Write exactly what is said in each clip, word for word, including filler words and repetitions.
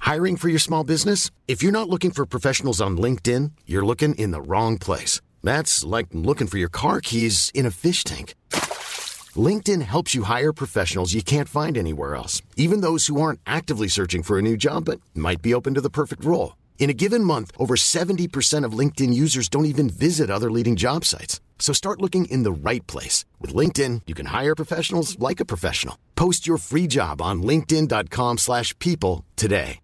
Hiring for your small business? If you're not looking for professionals on LinkedIn, you're looking in the wrong place. That's like looking for your car keys in a fish tank. LinkedIn helps you hire professionals you can't find anywhere else, even those who aren't actively searching for a new job but might be open to the perfect role. In a given month, over seventy percent of LinkedIn users don't even visit other leading job sites. So start looking in the right place. With LinkedIn, you can hire professionals like a professional. Post your free job on linkedin dot com slash people today.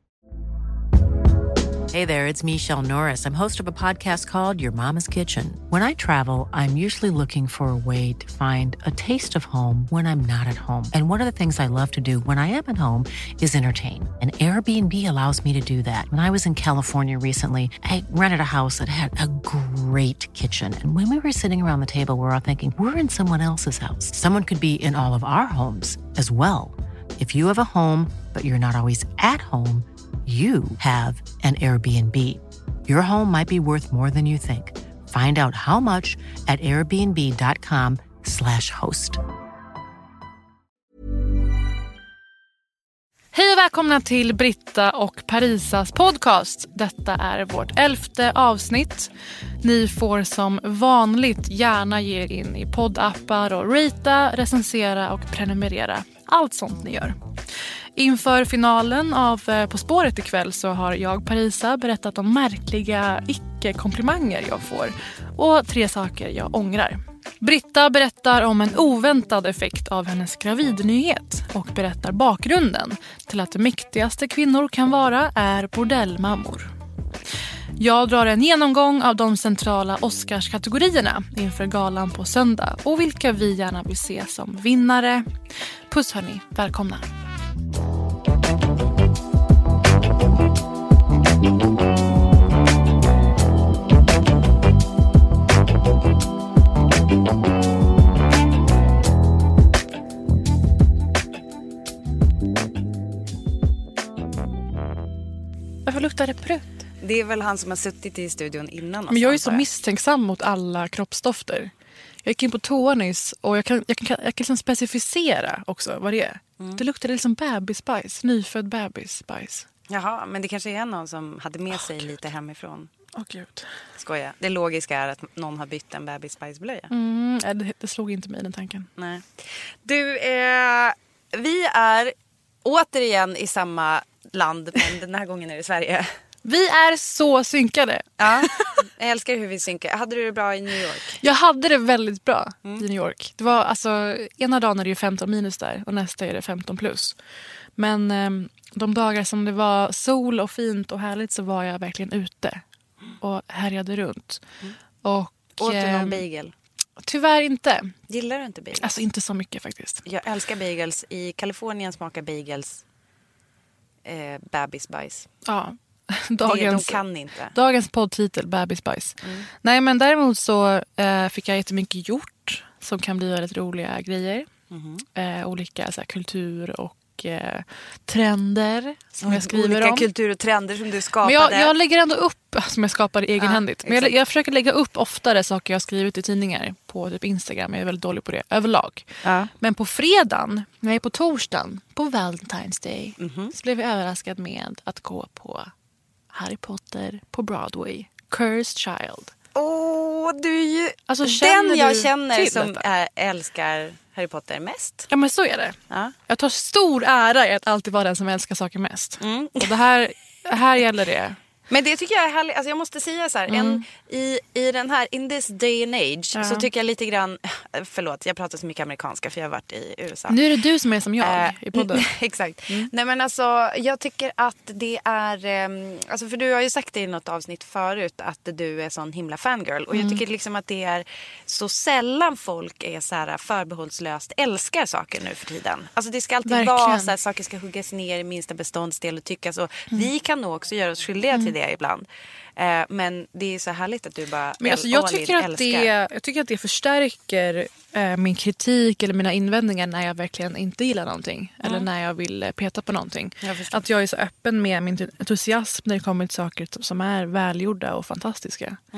Hey there, it's Michelle Norris. I'm host of a podcast called Your Mama's Kitchen. When I travel, I'm usually looking for a way to find a taste of home when I'm not at home. And one of the things I love to do when I am at home is entertain. And Airbnb allows me to do that. When I was in California recently, I rented a house that had a great kitchen. And when we were sitting around the table, we were all thinking, we're in someone else's house. Someone could be in all of our homes as well. If you have a home, but you're not always at home, you have an Airbnb. Your home might be worth more than you think. Find out how much at airbnb dot com slash host. Hej och välkomna till Britta och Parisas podcast. Detta är vårt elfte avsnitt. Ni får som vanligt gärna ge er in i poddappar och ratea, recensera och prenumerera. Allt sånt ni gör. Inför finalen av På spåret ikväll så har jag, Parisa, berättat om märkliga icke-komplimanger jag får och tre saker jag ångrar. Britta berättar om en oväntad effekt av hennes gravidnyhet och berättar bakgrunden till att det mäktigaste kvinnor kan vara är bordellmammor. Jag drar en genomgång av de centrala Oscarskategorierna inför galan på söndag och vilka vi gärna vill se som vinnare. Puss hörni, välkomna! Varför luktar det prutt? Det är väl han som har suttit i studion innan. Men jag är så misstänksam mot alla kroppsdofter. Jag gick in på toa nyss och jag kan, jag kan, jag kan liksom specificera också vad det är. Mm. Det luktar liksom babysbajs, nyfödd babysbajs. Jaha, men det kanske är någon som hade med sig oh, lite hemifrån. Åh oh, gud. Skoja. Det logiska är att någon har bytt en babysbajsblöja. Mm, det, det slog inte mig den tanken. Nej. Du, eh, vi är återigen i samma land, men den här gången är det Sverige. Vi är så synkade. Ja, jag älskar hur vi synkar. Hade du det bra i New York? Jag hade det väldigt bra mm. i New York. Det var alltså, ena dagen är det ju femton minus där och nästa är det femton plus. Men eh, de dagar som det var sol och fint och härligt så var jag verkligen ute och härjade runt. Mm. Och, Åt du eh, någon bagel? Tyvärr inte. Gillar du inte bagels? Alltså inte så mycket faktiskt. Jag älskar bagels. I Kalifornien smakar bagels eh, babysbajs. Ja. Dagens, de kan inte. Dagens poddtitel, Babysbajs. Mm. Nej, men däremot så eh, fick jag jättemycket gjort som kan bli väldigt roliga grejer. Mm. Eh, olika så här, kultur och eh, trender som mm, jag skriver olika om. Olika kultur och trender som du skapade. Men jag, jag lägger ändå upp, som jag skapade egenhändigt. Ja, men jag, jag försöker lägga upp oftare saker jag har skrivit i tidningar på typ Instagram. Jag är väldigt dålig på det överlag. Ja. Men på fredagen, när jag är på torsdagen, på Valentine's Day, mm-hmm. så blev jag överraskad med att gå på Harry Potter på Broadway. Cursed Child. Åh, oh, du är ju alltså, den jag känner som är, älskar Harry Potter mest. Ja, men så är det. Ja. Jag tar stor ära i att alltid vara den som älskar saker mest. Mm. Och det här, här gäller det. Men det tycker jag är härligt. Alltså jag måste säga så här. Mm. En, i, I den här, in this day and age, ja. Så tycker jag lite grann, förlåt, jag pratar så mycket amerikanska för jag har varit i U S A. Nu är det du som är som jag äh, i podden. Exakt. Mm. Nej men alltså, jag tycker att det är, um, alltså för du har ju sagt det i något avsnitt förut att du är sån himla fangirl. Och mm. jag tycker liksom att det är så sällan folk är så här förbehållslöst älskar saker nu för tiden. Alltså det ska alltid Verkligen. vara så här, saker ska huggas ner i minsta beståndsdel och tyckas. Och mm. vi kan nog också göra oss skyldiga mm. till det ibland. Eh, men det är så härligt att du bara men alltså, jag, tycker att det, jag tycker att det förstärker eh, min kritik eller mina invändningar när jag verkligen inte gillar någonting. Mm. Eller när jag vill peta på någonting. Jag att jag är så öppen med min entusiasm när det kommer till saker som är välgjorda och fantastiska. Mm.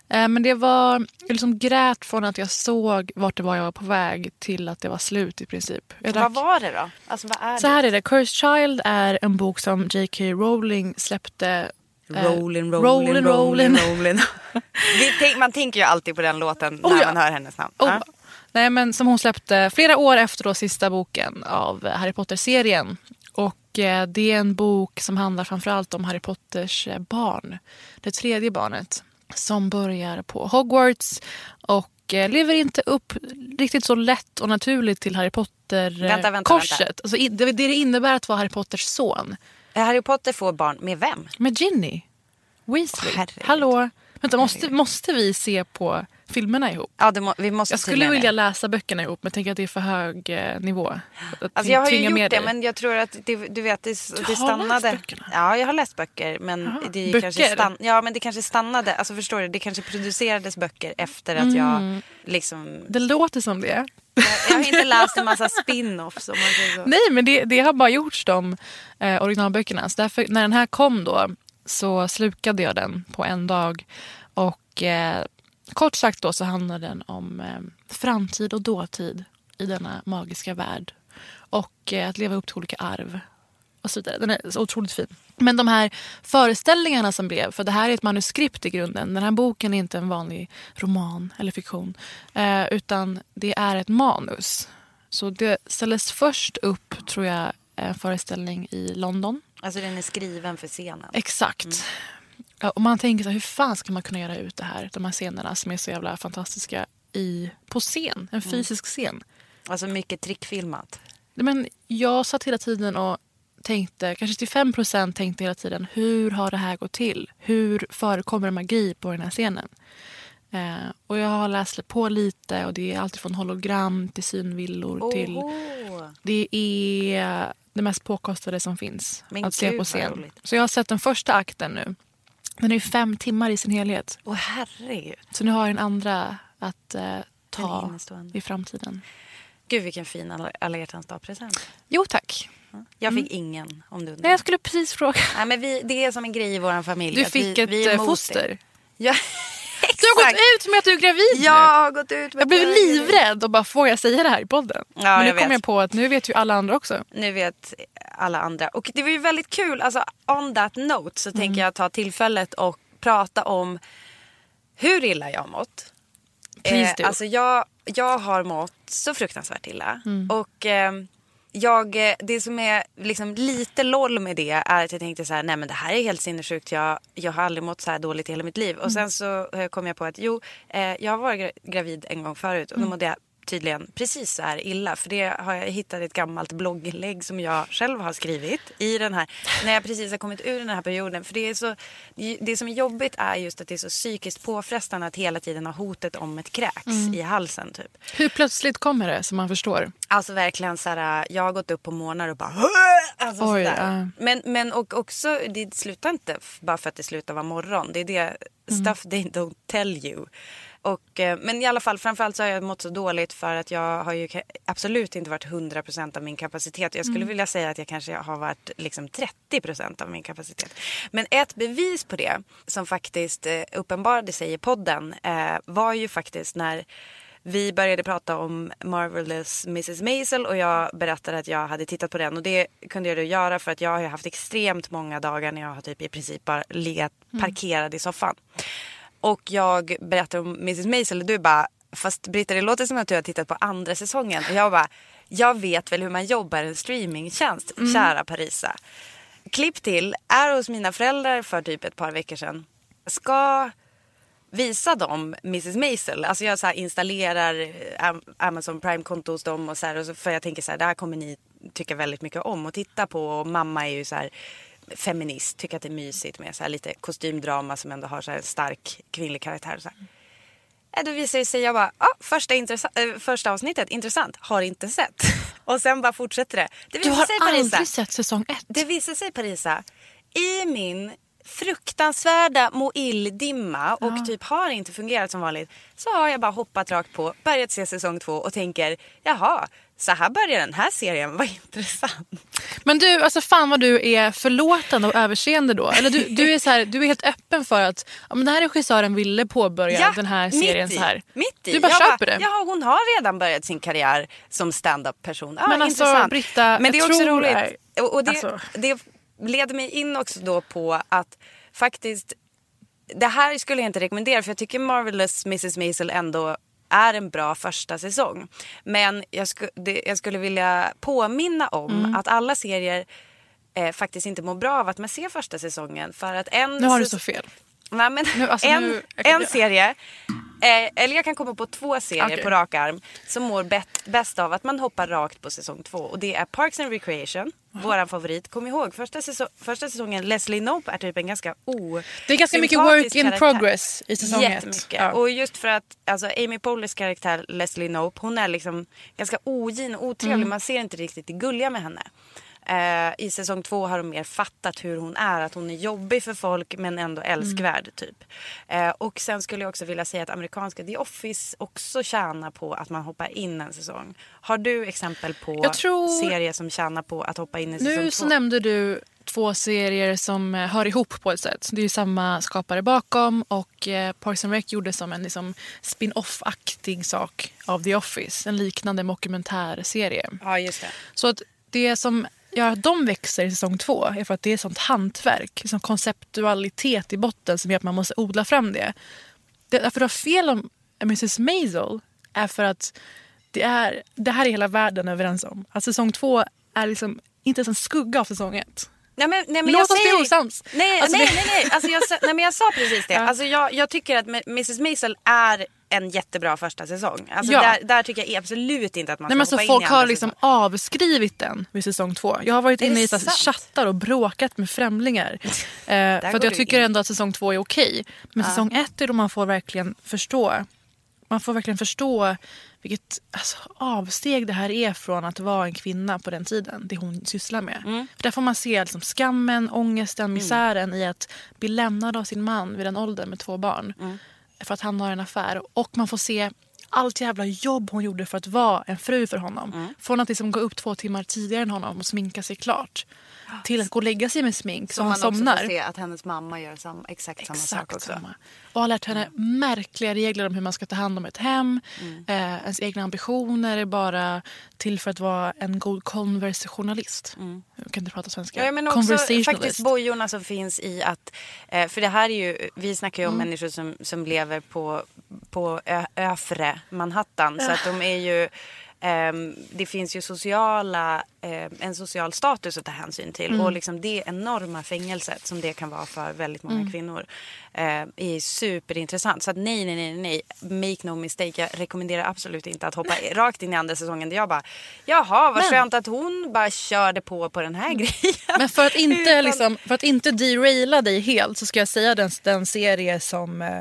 Eh, men det var, jag liksom grät från att jag såg vart det var jag var på väg till att det var slut i princip. Jag Vad var det då? Alltså, vad är så det? här är det. Cursed Child är en bok som J K Rowling släppte. Rolling, rolling, rolling, rolling. tänk, man tänker ju alltid på den låten när oh, ja. man hör hennes namn. Oh. Ja. Nej, men som hon släppte flera år efter då sista boken av Harry Potter-serien. Och eh, det är en bok som handlar framförallt om Harry Potters eh, barn. Det tredje barnet som börjar på Hogwarts och eh, lever inte upp riktigt så lätt och naturligt till Harry Potter-korset. Alltså, det, det det innebär att vara Harry Potters son. Harry Potter får barn med vem? Med Ginny Weasley. Herregud. Hallå. Vänta, måste, måste vi se på filmerna ihop? Ja, det må, vi måste jag skulle vilja läsa böckerna ihop, men jag tänker att det är för hög eh, nivå. Alltså jag har ju gjort det, men jag tror att det, du vet, det, du det stannade. Ja, jag har läst böcker, men Aha. det böcker? kanske stann, ja, men det kanske stannade. Alltså förstår du, det kanske producerades böcker efter att mm. jag liksom. Det låter som det. Jag, jag har inte läst en massa spin-offs om man säger så. Nej, men det, det har bara gjorts de eh, originalböckerna. Så därför, när den här kom då så slukade jag den på en dag. Och eh, kort sagt då så handlar den om eh, framtid och dåtid i denna magiska värld. Och eh, att leva upp till olika arv och så vidare. Den är så otroligt fin. Men de här föreställningarna som blev, för det här är ett manuskript i grunden. Den här boken är inte en vanlig roman eller fiktion. Eh, utan det är ett manus. Så det ställdes först upp, tror jag, en föreställning i London. Alltså den är skriven för scenen. Exakt. Mm. Ja, och man tänker så här, hur fan ska man kunna göra ut det här? De här scenerna som är så jävla fantastiska i, på scen. En fysisk scen. Alltså mycket trickfilmat. Men jag satt hela tiden och tänkte, kanske till fem procent tänkte hela tiden, hur har det här gått till? Hur förekommer magi på den här scenen? Eh, och jag har läst på lite och det är allt från hologram till synvillor Oho. till... Det är det mest påkostade som finns. Men att se Gud, på scen. roligt. Så jag har sett den första akten nu. Den är ju fem timmar i sin helhet. Åh herregud. Så nu har jag en andra att eh, ta i framtiden. Gud vilken fin alla hjärtans dag-present. Jo tack. Jag fick mm. ingen om du undrar. Nej, jag skulle precis fråga. Nej, men vi, det är som en grej i vår familj. Du fick vi, ett vi foster. Ja. Du har gått ut med att du är gravid. Jag har gått ut med Jag blev livrädd och bara, får jag säga det här i podden? Ja, men nu jag kommer vet. jag på att nu vet ju alla andra också. Nu vet alla andra. Och det var ju väldigt kul. Alltså, on that note så mm. tänker jag ta tillfället och prata om hur illa jag har mått. Eh, alltså jag, jag har mått så fruktansvärt illa. Mm. Och eh, jag, det som är liksom lite loll med det är att jag tänkte så här, nej men det här är helt sinnessjukt. Jag, jag har aldrig mått så här dåligt i hela mitt liv. Och sen så kom jag på att jo, eh, jag har varit gravid en gång förut och då mådde jag tydligen precis så här illa. För det har jag hittat ett gammalt blogginlägg som jag själv har skrivit i den här, när jag precis har kommit ur den här perioden. För det är så, det som är jobbigt är just att det är så psykiskt påfrestande att hela tiden ha hotet om ett kräks mm. i halsen typ. Hur plötsligt kommer det som man förstår? Alltså verkligen så här, jag har gått upp på morgnar och bara alltså Oj, uh. men, men och också, det slutar inte bara för att det slutar vara morgon. Det är det mm. stuff they don't tell you. Och, men i alla fall, framförallt så har jag mått så dåligt för att jag har ju absolut inte varit hundra procent av min kapacitet. Jag skulle mm. vilja säga att jag kanske har varit liksom trettio procent av min kapacitet. Men ett bevis på det som faktiskt eh, uppenbarade sig i podden eh, var ju faktiskt när vi började prata om Marvelous missus Maisel och jag berättade att jag hade tittat på den. Och det kunde jag då göra för att jag har haft extremt många dagar när jag har typ i princip bara legat parkerad mm. i soffan. Och jag berättar om missus Maisel och du bara, fast Britta, det låter som att du har tittat på andra säsongen. Och jag bara, jag vet väl hur man jobbar en streamingtjänst, mm. kära Parisa. Klipp till, är hos mina föräldrar för typ ett par veckor sedan. Ska visa dem missus Maisel. Alltså jag så här installerar Amazon Prime-konto hos dem och så här, och så, för jag tänker så här, det här kommer ni tycka väldigt mycket om och titta på. Och mamma är ju så här feminist, tycker att det är mysigt med så här lite kostymdrama som ändå har så här stark kvinnlig karaktär och så här. Ja, då visar det sig, jag bara, ah, första, intressa- äh, första avsnittet, intressant, har inte sett. Och sen bara fortsätter det. Det du har sig, aldrig Parisa, sett säsong ett. Det visar sig, Parisa, i min fruktansvärda moildimma och ja. typ har inte fungerat som vanligt, så har jag bara hoppat rakt på, börjat se säsong två och tänker, jaha, så här börjar den här serien, vad intressant. Men du, alltså fan vad du är förlåtande och överseende då. Eller du, du, är, så här, du är helt öppen för att ja, men den här regissören ville påbörja ja, den här serien mitt i, så här. Mitt i. Du bara jag köper bara, det. Ja, hon har redan börjat sin karriär som stand-up-person. Ah, men alltså intressant. Britta, men det är också roligt. Är, och och det, alltså. det leder mig in också då på att faktiskt, det här skulle jag inte rekommendera för jag tycker Marvelous missus Maisel ändå är en bra första säsong. Men jag, sku, det, jag skulle vilja påminna om mm. att alla serier eh, faktiskt inte mår bra av att man ser första säsongen. För att en nu har du så fel. Nej, men nu, alltså, en, nu, en serie, eh, eller jag kan komma på två serier okay. på rak arm som mår bet, bäst av att man hoppar rakt på säsong två. Och det är Parks and Recreation, mm. våran favorit. Kom ihåg, första, säsong, första säsongen, Leslie Knope är typ en ganska o Det är ganska mycket work in karaktär. progress i säsong Jättemycket. ett. Ja. Och just för att alltså, Amy Poehler's karaktär Leslie Knope, hon är liksom ganska ogin och otrevlig. Mm. Man ser inte riktigt det gulliga med henne. Uh, I säsong två har de mer fattat hur hon är. Att hon är jobbig för folk men ändå älskvärd mm. typ. Uh, och sen skulle jag också vilja säga att amerikanska The Office också tjänar på att man hoppar in en säsong. Har du exempel på tror... serier som tjänar på att hoppa in i säsong två? Nu så nämnde du två serier som hör ihop på ett sätt. Det är ju samma skapare bakom och eh, Parks and Rec gjorde som en liksom, spin-off-aktig sak av The Office. En liknande dokumentärserie. Ja, just det. Så att det som gör att de växer i säsong två är för att det är sånt hantverk, liksom konceptualitet i botten som gör att man måste odla fram det. Det därför du har fel om missus Maisel är för att det, är, det här är hela världen överens om. Att säsong två är liksom inte ens en skugga av säsong ett. Nej, men, nej, men Låt jag oss säger... bli osams. Nej, alltså, nej, det... nej, nej. Alltså, jag, nej, men jag sa precis det. Ja. Alltså, jag, jag tycker att missus Maisel är en jättebra första säsong. Alltså, ja. där, där tycker jag absolut inte att man ska nej, men hoppa så in folk i har liksom säsong. avskrivit den vid säsong två. Jag har varit inne i så chattar och bråkat med främlingar. eh, för att jag tycker in. ändå att säsong två är okej. Men ja. säsong ett är då man får verkligen förstå. Man får verkligen förstå vilket alltså, avsteg det här är från att vara en kvinna på den tiden. Det hon sysslar med. Mm. För där får man se liksom, skammen, ångesten, misären mm. i att bli lämnad av sin man vid den åldern med två barn. Mm. För att han har en affär. Och man får se allt jävla jobb hon gjorde för att vara en fru för honom. Mm. Från att liksom gå upp två timmar tidigare än honom och sminka sig klart. Till att gå och lägga sig med smink så, så han somnar. Man också får se att hennes mamma gör samma, exakt, exakt samma sak också. Samma. Och har lärt henne mm. märkliga regler om hur man ska ta hand om ett hem. Mm. Eh, ens egna ambitioner är bara till för att vara en god konversationalist. Mm. Jag kan inte prata svenska. Ja, men också faktiskt bojorna som finns i att... Eh, för det här är ju... Vi snackar ju om mm. människor som, som lever på, på ö, övre Manhattan. Så att de är ju... Um, det finns ju sociala, um, en social status att ta hänsyn till. Mm. Och liksom det enorma fängelset som det kan vara för väldigt många mm. kvinnor uh, är superintressant. Så att nej, nej, nej, nej. Make no mistake. Jag rekommenderar absolut inte att hoppa rakt in i andra säsongen. Där jag bara, jaha, vad skönt att hon bara körde på på den här grejen. Men för att inte, Utan... liksom, för att inte deraila dig helt så ska jag säga den, den serie som... Uh,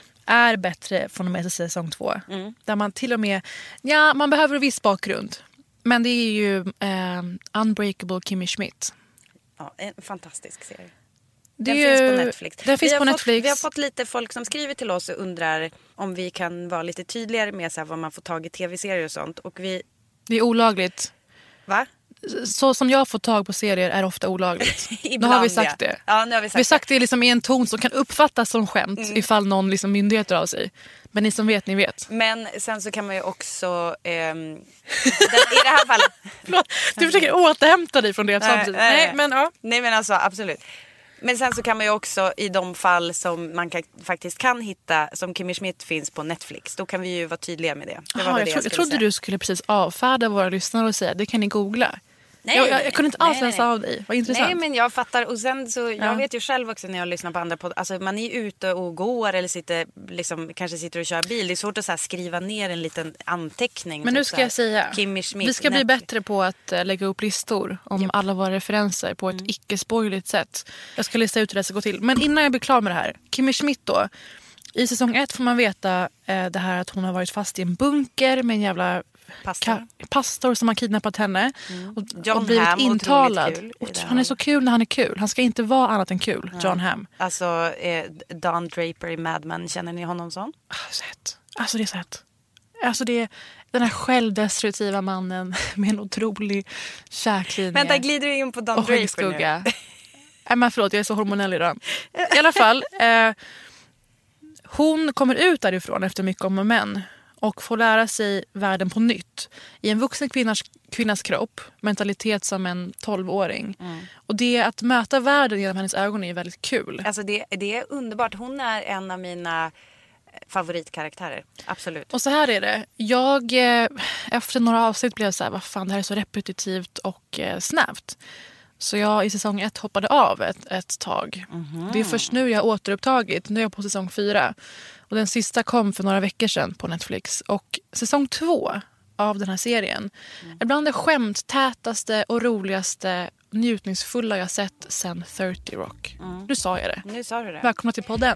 är bättre från och med säsong två. Mm. Där man till och med... Ja, man behöver en viss bakgrund. Men det är ju eh, Unbreakable Kimmy Schmidt. Ja, en fantastisk serie. Det den ju, finns på Netflix. Den finns vi, på har Netflix. Fått, vi har fått lite folk som skriver till oss och undrar om vi kan vara lite tydligare med så här, vad man får tag i tv-serier och sånt. Och vi... Det är olagligt. Va? Så som jag får tag på serier är ofta olagligt. Ibland, nu har vi sagt det. Ja, nu har vi sagt vi har sagt det, det liksom i en ton som kan uppfattas som skämt mm. ifall någon liksom myndigheter av sig. Men ni som vet, ni vet. Men sen så kan man ju också ehm, i det här fallet... Förlåt, du försöker återhämta dig från det nej, samtidigt. Nej, nej, men, ja. nej men alltså absolut. Men sen så kan man ju också i de fall som man kan, faktiskt kan hitta, som Kimmy Schmidt finns på Netflix, då kan vi ju vara tydliga med det. det, Aha, var jag, det tro, jag, jag trodde säga. du skulle precis avfärda våra lyssnare och säga det kan ni googla. Nej, jag, jag, jag kunde inte alls nej, läsa nej. av dig. Vad intressant. Nej, men jag fattar. Och sen så, jag ja. vet ju själv också när jag lyssnar på andra poddar. Alltså man är ute och går eller sitter, liksom, kanske sitter och kör bil. Det är svårt att så här, skriva ner en liten anteckning. Men typ, nu ska jag säga. Kimmy Schmidt, vi ska bli Netflix. bättre på att uh, lägga upp listor om yep. alla våra referenser på ett mm. icke-spoiligt sätt. Jag ska lista ut hur det ska gå till. Men innan jag blir klar med det här. Kimmy Schmidt då. I säsong ett får man veta uh, det här att hon har varit fast i en bunker med en jävla... Pastor. Ka- pastor som har kidnappat henne mm. och, John och blivit Hamm, intalad. kul Han är så kul när han är kul. Han ska inte vara annat än kul, ja. John Hamm. Alltså eh, Don Draper i Mad Men, känner ni honom sån? Ah, sett. Alltså det är sett. Alltså det är den här självdestruktiva mannen med en otrolig käklinje. Vänta, glider du in på Don Draper nu? Nej men förlåt, jag är så hormonell idag. I alla fall, eh, hon kommer ut därifrån efter mycket om och men och får lära sig världen på nytt. I en vuxen kvinnas, kvinnas kropp, mentalitet som en tolvåring. Mm. Och det att möta världen genom hennes ögon är väldigt kul. Alltså det, det är underbart. Hon är en av mina favoritkaraktärer, absolut. Och så här är det. Jag, eh, efter några avsnitt blev så här, vad fan, det här är så repetitivt och eh, snävt. Så jag i säsong ett hoppade av ett, ett tag. Mm-hmm. Det är först nu jag har återupptagit. Nu är jag på säsong fyra. Och den sista kom för några veckor sedan på Netflix. Och säsong två av den här serien mm. är bland det skämttätaste och roligaste njutningsfulla jag sett sedan trettio Rock. Mm. Nu sa jag det. Nu sa du det. Välkomna till podden.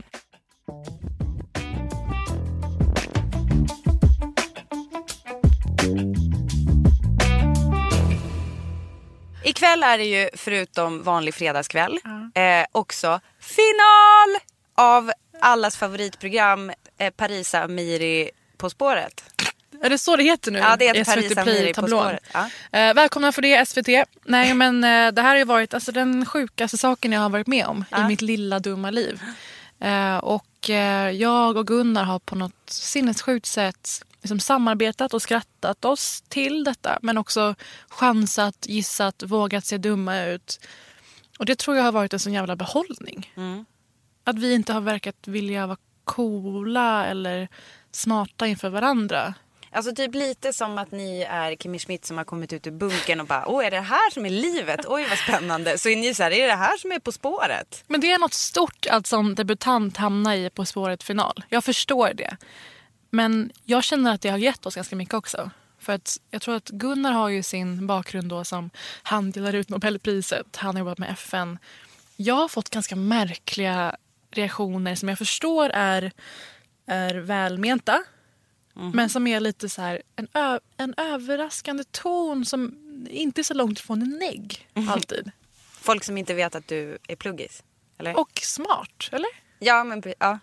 Ikväll är det ju förutom vanlig fredagskväll mm. eh, också final av allas favoritprogram eh, Parisa Amiri På spåret. Är det så det heter nu? Ja, det är Parisa Amiri På spåret. Ja. Eh, välkomna för det S V T. Nej men eh, det här har ju varit alltså, den sjukaste saken jag har varit med om ja. i mitt lilla dumma liv. Eh, och eh, jag och Gunnar har på något sinnessjukt sätt liksom samarbetat och skrattat oss till detta. Men också chansat, gissat, vågat se dumma ut. Och det tror jag har varit en sån jävla behållning. Mm. Att vi inte har verkat vilja vara coola eller smarta inför varandra. Alltså typ lite som att ni är Kimmy Schmidt som har kommit ut ur bunkern och bara, åh är det här som är livet? Oj vad spännande. Så är ni så här, är det det här som är På spåret? Men det är något stort att som debutant hamna i På spåret final. Jag förstår det. Men jag känner att det har gett oss ganska mycket också. För att jag tror att Gunnar har ju sin bakgrund då som han delar ut Nobelpriset. Han har jobbat med F N. Jag har fått ganska märkliga reaktioner som jag förstår är, är välmenta. Mm. Men som är lite så här en, ö, en överraskande ton som inte är så långt från en negg alltid. Folk som inte vet att du är pluggis, eller? Och smart, eller? Ja, men ja.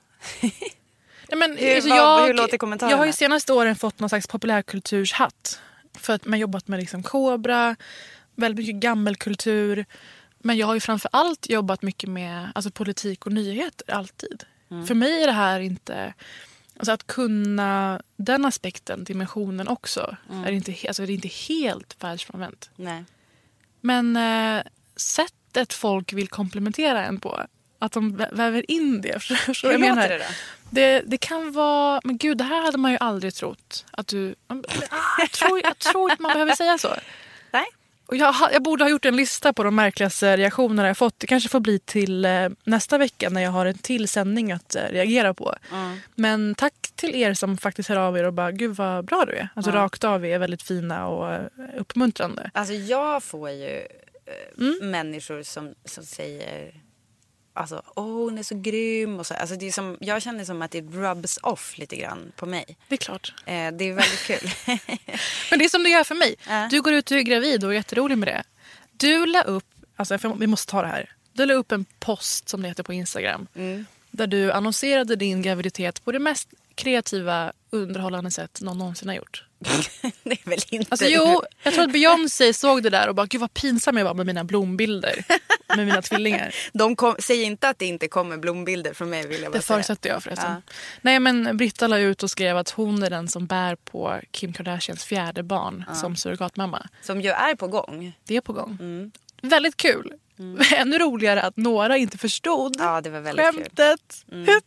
Ja, men, hur, alltså, vad, jag, hur låter kommentarerna? Jag har ju senaste åren fått någon slags populärkulturshatt. För att man jobbat med liksom Kobra, väldigt mycket gammelkultur. Men jag har ju framför allt jobbat mycket med alltså, politik och nyheter, alltid. Mm. För mig är det här inte... Alltså att kunna den aspekten, dimensionen också, mm. är, inte, alltså, är inte helt världsfrånvänt. Nej. Men eh, sättet folk vill komplementera en på, att de väver in det. Hur jag menar det då? Det, det kan vara... Men gud, det här hade man ju aldrig trott. Att du... Jag tror, jag tror inte man behöver säga så. Nej. Och jag, jag borde ha gjort en lista på de märkligaste reaktionerna jag fått. Det kanske får bli till eh, nästa vecka när jag har en till sändning att eh, reagera på. Mm. Men tack till er som faktiskt hör av er och bara, gud vad bra du är. Alltså mm. rakt av är väldigt fina och eh, uppmuntrande. Alltså jag får ju eh, mm. människor som, som säger... Alltså, åh, oh, hon är så grym. Och så. Alltså, det är som, jag känner som att det rubs off lite grann på mig. Det är klart. Eh, det är väldigt kul. Men det är som du gör för mig. Äh. Du går ut och är gravid och är jätterolig med det. Du la upp, alltså vi måste ta det här. Du la upp en post som det heter på Instagram. Mm. Där du annonserade din graviditet på det mest kreativa, underhållande sätt någon någonsin har gjort. Det är väl inte... Alltså jo, jag tror att Beyoncé såg det där och bara, gud vad pinsam jag var med mina blombilder. Med mina tvillingar. De kom, säger inte att det inte kommer blombilder från mig, vill jag bara det säga. Det förutsätter jag förresten. Ja. Nej men Britta la ut och skrev att hon är den som bär på Kim Kardashians fjärde barn ja. som surrogatmamma. Som ju är på gång. Det är på gång. Mm. Väldigt kul. Mm. Ännu roligare att några inte förstod ja, det var väldigt skämtet. Kul. Mm.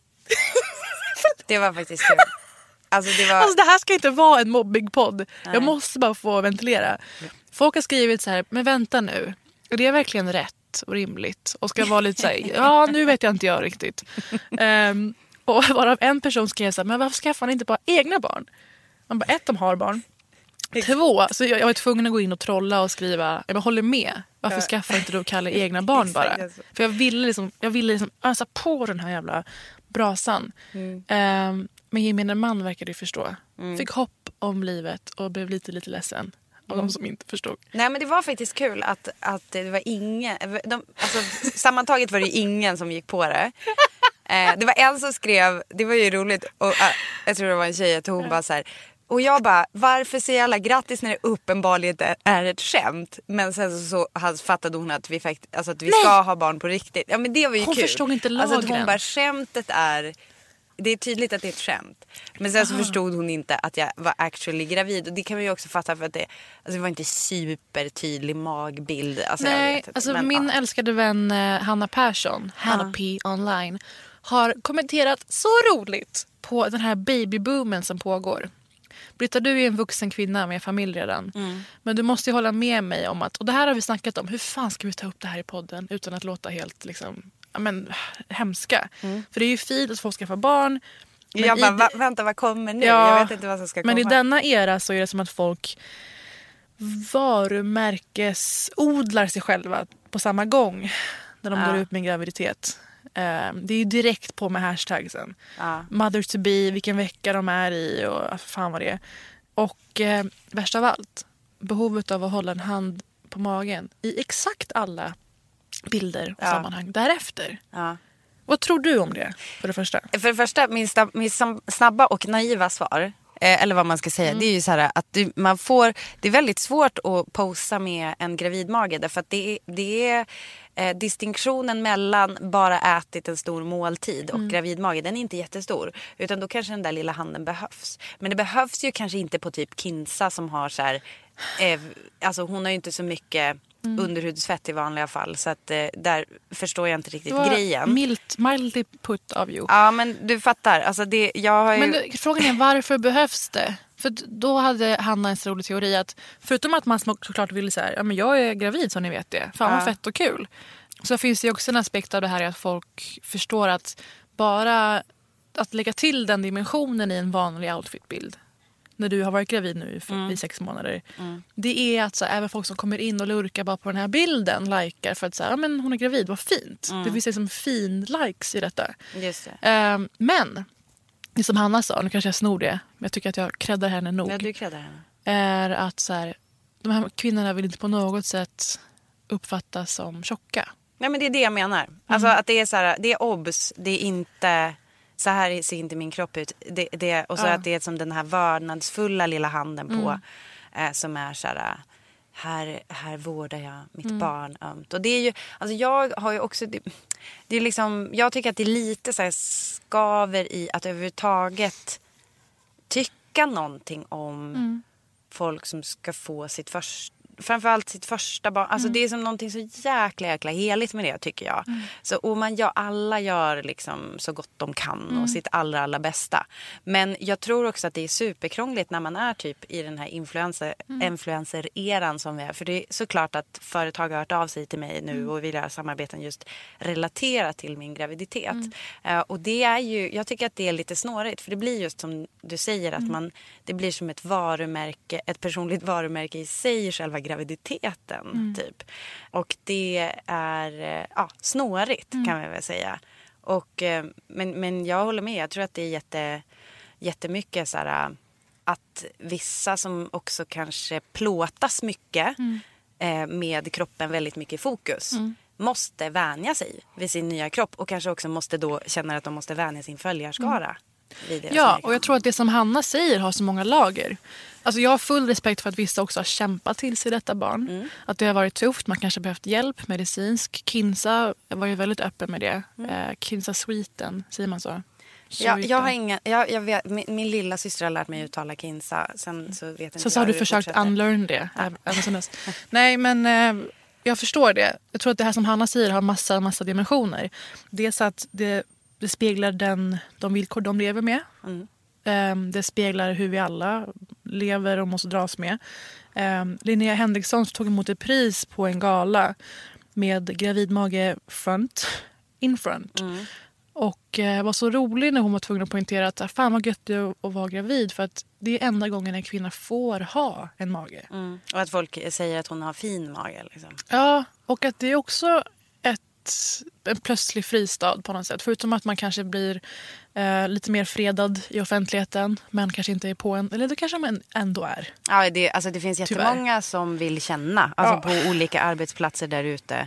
Det var faktiskt kul. Alltså det, var... alltså det här ska inte vara en mobbingpodd. Jag måste bara få ventilera. Folk har skrivit så här, men vänta nu. Är det verkligen rätt och rimligt? Och ska vara lite så här, ja nu vet jag inte jag riktigt. um, och varav en person skrev så här, men varför skaffar ni inte bara egna barn? Man bara, ett, de har barn. Två, så jag, jag var tvungen att gå in och trolla och skriva, jag bara, håller med. Varför skaffar inte du och Kalle egna barn bara? För jag ville liksom, jag ville liksom ösa på den här jävla brasan. Mm. Um, men gemene man verkade ju förstå. Mm. Fick hopp om livet och blev lite lite ledsen av mm. de som inte förstod. Nej men det var faktiskt kul att, att det var ingen... De, alltså, sammantaget var det ingen som gick på det. Eh, det var en som skrev, det var ju roligt. Och, äh, jag tror det var en tjej att hon bara så här... Och jag bara, varför säger alla grattis när det uppenbarligen är ett skämt? Men sen så, så fattade hon att vi, fakt- alltså att vi ska ha barn på riktigt. Ja, men det var ju hon kul. Hon förstod inte lagren. Alltså att hon bara, skämtet är... Det är tydligt att det är ett skämt. Men sen så Aha. förstod hon inte att jag var actually gravid. Och det kan man ju också fatta för att det, alltså det var inte supertydlig magbild. Alltså Nej, jag vet inte. alltså Men, min ja. älskade vän eh, Hanna Persson, Hanna Ja. P online, har kommenterat så roligt på den här babyboomen som pågår. Britta, du är en vuxen kvinna med familj redan. Mm. Men du måste ju hålla med mig om att, och det här har vi snackat om, hur fan ska vi ta upp det här i podden utan att låta helt liksom... Men, hemska. Mm. För det är ju fint att folk ska få barn. Men jag bara, i, va, vänta, vad kommer nu? Ja, jag vet inte vad som ska komma. Men i denna era så är det som att folk varumärkesodlar sig själva på samma gång när de ja. går ut med en graviditet. Uh, det är ju direkt på med hashtagsen. Ja. Mother to be, vilken vecka de är i och fan vad det är. Och uh, värst av allt, behovet av att hålla en hand på magen i exakt alla bilder och ja. sammanhang därefter. Ja. Vad tror du om det, för det första? För det första, min, stab- min snabba och naiva svar, eh, eller vad man ska säga, mm. det är ju så här att du, man får, det är väldigt svårt att posa med en gravidmage, därför att det är, det är eh, distinktionen mellan bara ätit en stor måltid och mm. gravidmage, den är inte jättestor, utan då kanske den där lilla handen behövs. Men det behövs ju kanske inte på typ Kinsa som har så här, eh, alltså hon har ju inte så mycket Mm. underhudsfett i vanliga fall. Så att eh, där förstår jag inte riktigt grejen. Milt, mildly put av you. Ja, men du fattar. Alltså det, jag har ju... Men frågan är, varför behövs det? För då hade Hanna en så rolig teori att förutom att man såklart vill så här, ja men jag är gravid så ni vet det. Fan vad ja. fett och kul. Så finns det ju också en aspekt av det här att folk förstår att bara att lägga till den dimensionen i en vanlig outfitbild när du har varit gravid nu i mm. sex månader. Mm. Det är att så, även folk som kommer in och lurkar bara på den här bilden likar för att säga, ja men hon är gravid, vad fint. Mm. Det finns liksom fin likes i detta. Just det. Um, men det som Hanna sa, nu kanske jag snor det, men jag tycker att jag kreddar henne nog. Ja, du kreddar henne. Är att så här, de här kvinnorna vill inte på något sätt uppfattas som tjocka. Nej, men det är det jag menar. Mm. Alltså att det är så här, det är obs, det är inte... Så här ser inte min kropp ut. Det, det, och så ja. att det är som den här vördnadsfulla lilla handen på. Mm. Eh, som är så här, här, här vårdar jag mitt mm. barn ömt. Och det är ju, alltså jag har ju också, det, det är liksom, jag tycker att det är lite så här skaver i att överhuvudtaget tycka någonting om mm. folk som ska få sitt första, framförallt sitt första barn. Alltså mm. det är som någonting så jäkla jäkla heligt med det, tycker jag. Mm. Så, och man gör, alla gör liksom så gott de kan mm. och sitt allra, allra bästa. Men jag tror också att det är superkrångligt när man är typ i den här influencer, mm. influencer-eran som vi är. För det är såklart att företag har hört av sig till mig nu mm. och vill göra samarbeten just relatera till min graviditet. Mm. Uh, och det är ju, jag tycker att det är lite snårigt. För det blir just som du säger att mm. man, det blir som ett varumärke, ett personligt varumärke i sig, själva graviditeten mm. typ. Och det är ja, snårigt mm. kan man väl säga. Och, men, men jag håller med, jag tror att det är jätte, jättemycket så här, att vissa som också kanske plåtas mycket mm. eh, med kroppen väldigt mycket i fokus mm. måste vänja sig vid sin nya kropp och kanske också måste då känna att de måste vänja sin följarskara. Mm. Ja, och jag tror att det som Hanna säger har så många lager. Alltså jag har full respekt för att vissa också har kämpat till sig detta barn. Mm. Att det har varit tufft, man kanske behövt hjälp, medicinsk. Kinsa var ju väldigt öppen med det. Mm. Eh, Kinsa Sweden, säger man så? Ja, jag har inga, jag, jag vet, min, min lilla syster har lärt mig uttala Kinsa. Sen så vet inte så, jag så har du försökt fortsätter. unlearn det. Ja. Nej, men eh, jag förstår det. Jag tror att det här som Hanna säger har massa, massa dimensioner. Dels att det, det speglar den, de villkor de lever med. Mm. Um, det speglar hur vi alla lever och måste dras med. Um, Linnea Henriksson tog emot ett pris på en gala med gravidmage front, in front. Mm. Och uh, var så rolig när hon var tvungen att poängtera att fan vad gött det är att vara gravid, för att det är enda gången en kvinna får ha en mage. Mm. Och att folk säger att hon har fin mage. Liksom. Ja, och att det är också ett, en plötslig fristad på något sätt. Förutom att man kanske blir eh, lite mer fredad i offentligheten, men kanske inte är på en, eller det kanske man ändå är. Ja, det, alltså det finns jättemånga Tyvärr. som vill känna, alltså ja. på olika arbetsplatser där ute.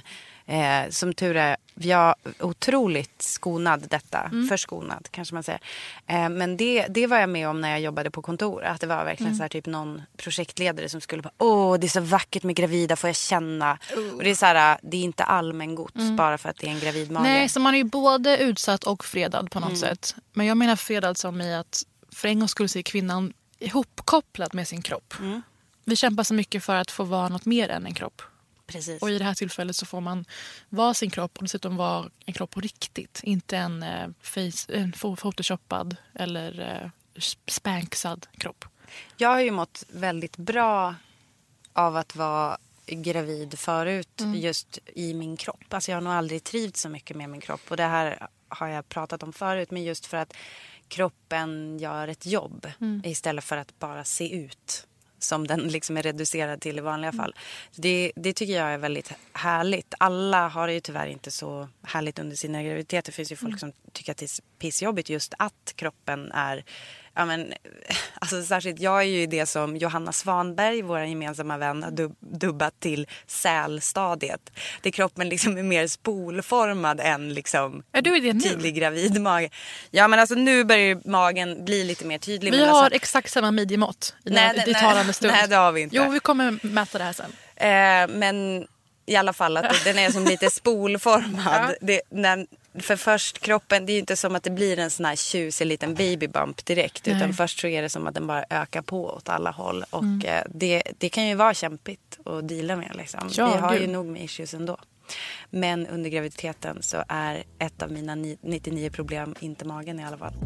Eh, som tur är, jag är otroligt skonad detta. Mm. Förskonad kanske man säger. Eh, men det, det var jag med om när jag jobbade på kontor. Att det var verkligen Mm. så här, typ någon projektledare som skulle bara, åh det är så vackert med gravida, får jag känna. Uh. Och det är så här, det är inte allmängods mm. bara för att det är en gravid mage. Nej, så man är ju både utsatt och fredad på något Mm. sätt. Men jag menar fredad som i att för en gång skulle se kvinnan ihopkopplad med sin kropp. Mm. Vi kämpar så mycket för att få vara något mer än en kropp. Precis. Och i det här tillfället så får man vara sin kropp och dessutom vara en kropp på riktigt. Inte en, eh, face, en photoshoppad eller eh, spanksad kropp. Jag har ju mått väldigt bra av att vara gravid förut mm. just i min kropp. Alltså jag har nog aldrig trivts så mycket med min kropp. Och det här har jag pratat om förut. Men just för att kroppen gör ett jobb mm. istället för att bara se ut som den liksom är reducerad till i vanliga fall. Det, det tycker jag är väldigt härligt. Alla har det ju tyvärr inte så härligt under sina graviditeter. Det finns ju folk mm. som tycker att det är pissjobbigt just att kroppen är... Ja, men, alltså, särskilt jag är ju det som Johanna Svanberg, vår gemensamma vän, har dub- dubbat till sälstadiet. Där kroppen liksom är mer spolformad än liksom är du i det nu? Tydlig gravidmage. Ja, men alltså nu börjar magen bli lite mer tydlig. Vi men har alltså, exakt samma midjemått i, nej, den, nej, i talande stund. Nej, det har vi inte. Jo, vi kommer mäta det här sen. Eh, men i alla fall att den är som lite spolformad. Ja. Det, när, för först kroppen, det är ju inte som att det blir en sån här tjusig liten babybump direkt. Nej. Utan först så är det som att den bara ökar på åt alla håll. Och mm. eh, det, det kan ju vara kämpigt att deala med. Liksom. Ja, vi har gud. ju nog med issues ändå. Men under graviditeten så är ett av mina nittionio problem inte magen i alla fall.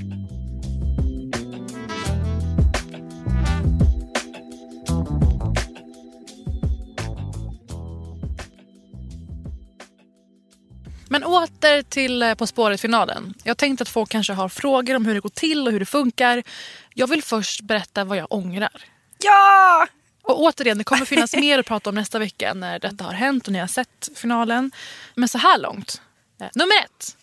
Men åter till På spåret-finalen. Jag tänkte att folk kanske har frågor om hur det går till och hur det funkar. Jag vill först berätta vad jag ångrar. Ja! Och återigen, det kommer finnas mer att prata om nästa vecka när detta har hänt och ni har sett finalen. Men så här långt. Nummer ett.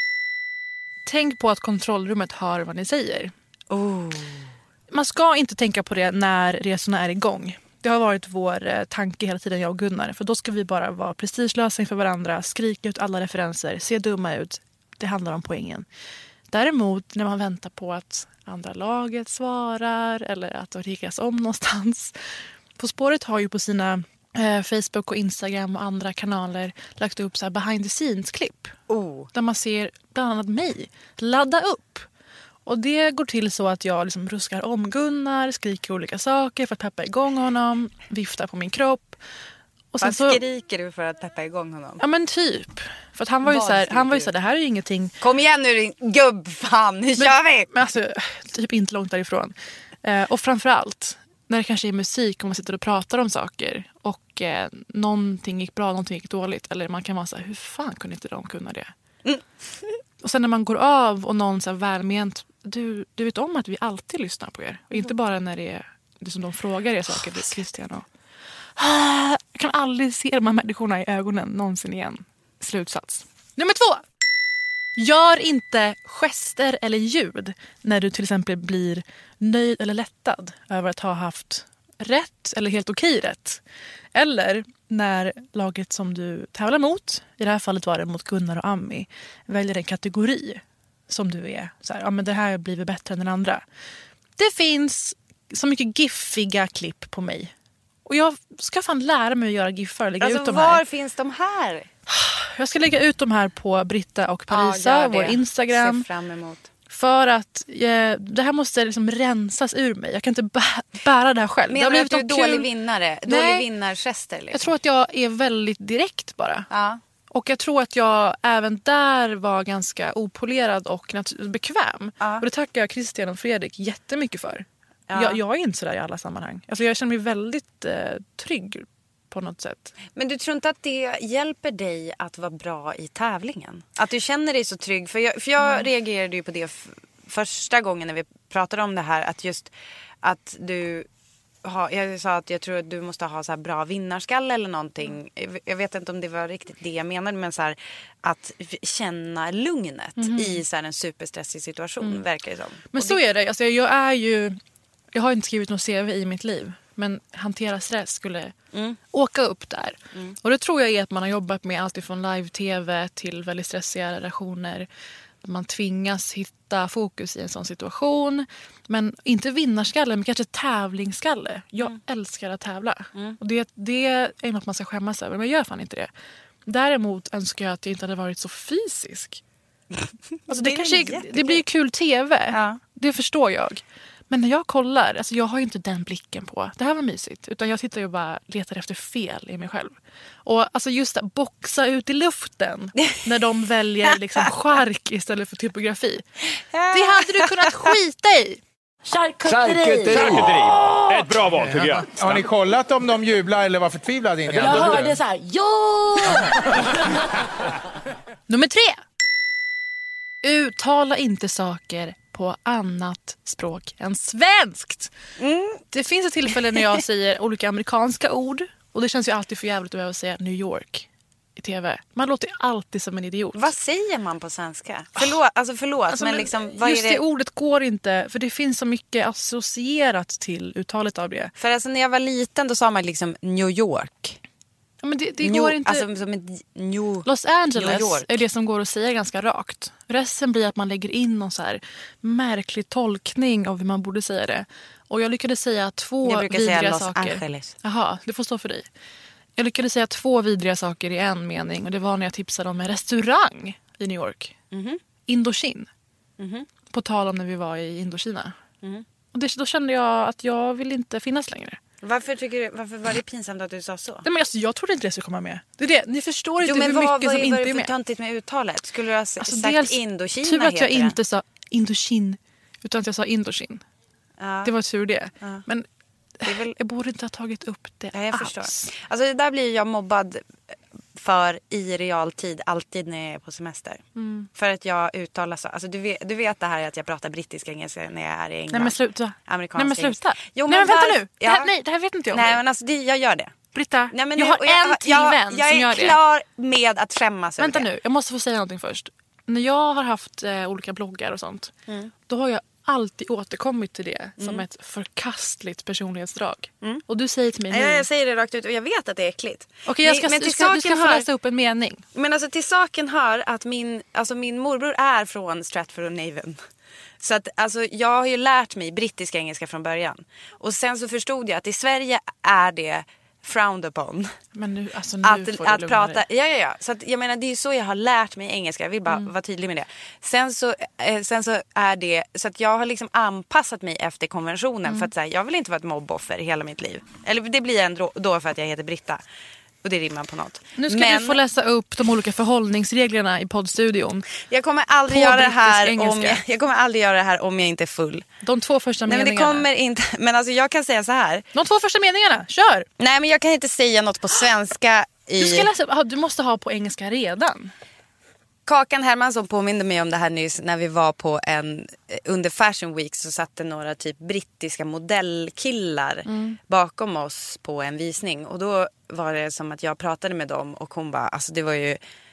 Tänk på att kontrollrummet hör vad ni säger. Oh. Man ska inte tänka på det när resorna är igång. Det har varit vår eh, tanke hela tiden, jag och Gunnar. För då ska vi bara vara prestigelösa inför varandra, skrika ut alla referenser, se dumma ut. Det handlar om poängen. Däremot när man väntar på att andra laget svarar eller att det riggas om någonstans. På spåret har ju på sina eh, Facebook och Instagram och andra kanaler lagt upp så här behind the scenes-klipp. Oh. Där man ser bland annat mig ladda upp. Och det går till så att jag liksom ruskar om Gunnar, skriker olika saker för att peppa igång honom, viftar på min kropp. Och sen så skriker du för att peppa igång honom? Ja, men typ. För att han var ju så här, han var ju så här, det här är ju ingenting. Kom igen nu din gubbfan, nu kör vi! Men alltså, typ inte långt därifrån. Eh, och framförallt, när det kanske är musik och man sitter och pratar om saker och eh, någonting gick bra, någonting gick dåligt. Eller man kan vara så här, hur fan kunde inte de kunna det? Mm. Och sen när man går av och någon så här välment, du, du vet om att vi alltid lyssnar på er. Och inte bara när det är det som de frågar er saker, oh, Christian och... Jag kan aldrig se de här människorna i ögonen någonsin igen. Slutsats. Nummer två. Gör inte gester eller ljud när du till exempel blir nöjd eller lättad över att ha haft rätt eller helt okej rätt. Eller när laget som du tävlar mot, i det här fallet var det mot Gunnar och Ami, väljer en kategori som du är. Så här, ja, men det här blir bättre än den andra. Det finns så mycket giffiga klipp på mig. Och jag ska fan lära mig att göra giffar och lägga alltså, ut dem var här. Var finns de här? Jag ska lägga ut dem här på Britta och Parisa, ja, vår Instagram. Se fram emot. För att eh, det här måste liksom rensas ur mig. Jag kan inte bä- bära det här själv. Menar du att du är dålig kul... vinnare? Nej. Dålig vinnargester? Liksom. Jag tror att jag är väldigt direkt bara. Ja. Och jag tror att jag även där var ganska opolerad och nat- bekväm. Ja. Och det tackar jag Christian och Fredrik jättemycket för. Ja. Jag, jag är inte sådär i alla sammanhang. Alltså jag känner mig väldigt eh, trygg på något sätt. Men du tror inte att det hjälper dig att vara bra i tävlingen? Att du känner dig så trygg? För jag, för jag mm. reagerade ju på det f- första gången när vi pratade om det här. Att just att du... Ha, jag sa att jag tror att du måste ha så här bra vinnarskalle eller någonting. Mm. Jag vet inte om det var riktigt det jag menade. Men så här, att känna lugnet mm. i så här en superstressig situation, mm. verkar det som. Men och så det... är det. Alltså jag är ju... Jag har inte skrivit något C V i mitt liv. men hantera stress skulle Mm. åka upp där. Mm. Och det tror jag är att man har jobbat med allt ifrån live-tv till väldigt stressiga relationer. Man tvingas hitta fokus i en sån situation. Men inte vinnarskalle, men kanske tävlingsskalle. Jag Mm. älskar att tävla. Mm. Och det, det är något man ska skämmas över, men jag gör fan inte det. Däremot önskar jag att jag inte hade varit så fysisk. Alltså det, Det är kanske, jättekul. det blir ju kul tv. Ja. Det förstår jag. Men när jag kollar, alltså jag har ju inte den blicken på det här var mysigt. Utan jag tittar ju och bara letar efter fel i mig själv. Och alltså just att boxa ut i luften när de väljer liksom chark istället för typografi. Det hade du kunnat skita i. Charkutteri. Charkutteri. Ett bra val tycker jag. Har ni kollat om de jublar eller var förtvivlade in? Jag hörde så här, ja! Nummer tre. Uttala inte saker på annat språk än svenskt. Mm. Det finns ett tillfälle när jag säger olika amerikanska ord. Och det känns ju alltid för jävligt att behöva säga New York i tv. Man låter ju alltid som en idiot. Vad säger man på svenska? Förlåt, alltså förlåt Alltså, men men liksom, vad just är det? det? ordet går inte. För det finns så mycket associerat till uttalet av det. För alltså när jag var liten då sa man liksom New York. Ja, men det, det New, går inte. Alltså som ett New... Los Angeles New York. är det som går att säga ganska rakt. Resten blir att man lägger in någon så här märklig tolkning av hur man borde säga det. Och jag lyckades säga två Jag brukar vidriga säga Los saker. Angeles. Jaha, det får stå för dig. Jag lyckades säga två vidriga saker i en mening. Och det var när jag tipsade om en restaurang i New York. Mm-hmm. Indochin. Mm-hmm. På tal om när vi var i Indokina. Mm. Och det, då kände jag att jag vill inte finnas längre. Varför, tycker du, varför var det pinsamt att du sa så? Nej, men alltså, jag trodde inte det skulle komma med. Det är det. Ni förstår inte Jo, men hur vad, mycket vad, som vad inte är är det för med. töntigt med uttalet? Skulle du ha Alltså, sagt dels, Indokina tur att jag heter inte sa Indochin utan att jag sa Indochin. Ja. Det var tur det. Ja. Men Det är väl... jag borde inte ha tagit upp det Ja, jag alls. förstår. Alltså det där blir jag mobbad för i realtid alltid när jag är på semester. Mm. För att jag uttalar så. Alltså du vet, du vet det här att jag pratar brittisk engelska när jag är i England. Nej men sluta. Amerikansk Nej men sluta. Jo, nej men vänta var... nu. Det Ja. här, nej det här vet inte jag om. Nej det. men alltså det, jag gör det. Britta, Nej, men jag nu- har och jag, en till jag, vän jag som gör är det. klar med att skämmas över Vänta det. nu, jag måste få säga någonting först. När jag har haft eh, olika bloggar och sånt. Mm. Då har jag alltid återkommit till det som Mm. ett förkastligt personlighetsdrag. Mm. Och du säger till mig nu. Nej, jag säger det rakt ut och jag vet att det är äckligt. Okej, jag ska, Men- men du till ska, du ska saken få hör- läsa upp en mening. Men alltså till saken hör att min, alltså min morbror är från Stratford-on-Avon. Så att alltså jag har ju lärt mig brittisk engelska från början. Och sen så förstod jag att i Sverige är det frowned upon. Men nu, alltså nu Att, får du att lugna prata, dig. ja ja ja. Så att jag menar det är ju så jag har lärt mig engelska. Jag vill bara Mm. vara tydlig med det. Sen så, eh, sen så är det, så att jag har liksom anpassat mig efter konventionen. Mm. För att säga, jag vill inte vara ett mobboffer i hela mitt liv. Eller det blir jag ändå då för att jag heter Britta. Och det rimmar på något. Nu ska Men du få läsa upp de olika förhållningsreglerna i poddstudion. jag kommer aldrig på göra det brittisk här om engelska. jag, jag kommer aldrig göra det här om jag inte är full. De två första Nej men det meningarna. kommer inte, men alltså jag kan säga så här. De två första meningarna, kör! Nej men jag kan inte säga något på svenska i... Du ska läsa upp, ah, du måste ha på engelska redan. Kakan Hermansson påminde mig om det här nyss när vi var på en, under Fashion Week så satt det några typ brittiska modellkillar Mm. bakom oss på en visning. Och då var det som att jag pratade med dem och hon bara, alltså det var ju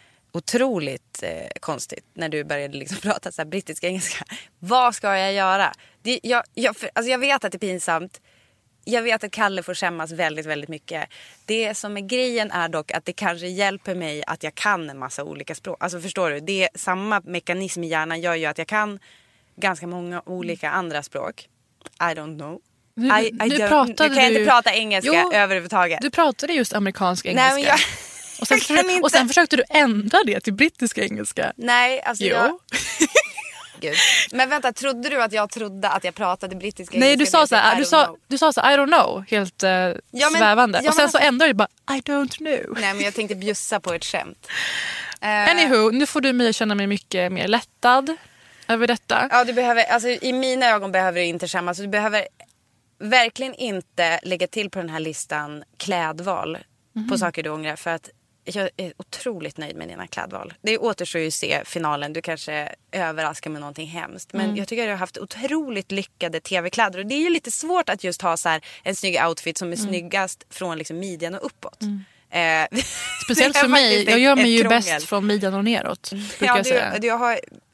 otroligt eh, konstigt när du började liksom prata så här brittisk engelska. Vad ska jag göra? Det, jag, jag, för, alltså jag vet att det är pinsamt. Jag vet att Kalle får skämmas väldigt, väldigt mycket. Det som är grejen är dock att det kanske hjälper mig att jag kan en massa olika språk. Alltså förstår du? Det är samma mekanism i hjärnan gör ju att jag kan ganska många olika andra språk. I don't know. Nu, I, I nu don't, pratade du kan du... inte prata engelska Jo, överhuvudtaget. Du pratade just amerikansk engelska. Nej, men jag, och, sen jag kan försökte, inte. och sen försökte du ändra det till brittisk engelska. Nej, alltså Jo. jag... Gud. Men vänta, trodde du att jag trodde att jag pratade brittiska Nej, engelska? du sa så här, I du don't sa, know. du sa så här, I don't know, helt uh, Ja, men- svävande. ja, men och sen alltså- så ändrade du bara, I don't know. Nej, men jag tänkte bjussa på ett skämt. Eh, Anywho, nu får du mig känna mig mycket mer lättad över detta. Ja, du behöver, alltså, i mina ögon behöver du inte skämmas. Du behöver verkligen inte lägga till på den här listan klädval Mhm. på saker du ångrar. För att jag är otroligt nöjd med dina klädval. Det återstår ju att se finalen. Du kanske överraskar med någonting hemskt. Men Mm. jag tycker att du har haft otroligt lyckade tv-kläder. Och det är ju lite svårt att just ha så här en snygg outfit som är Mm. snyggast från liksom midjan och uppåt. Mm. Eh, Speciellt det är för mig, faktiskt jag ett- gör mig ett ju krångel. bäst från midjan och neråt. Brukar Ja, jag säga. du, du har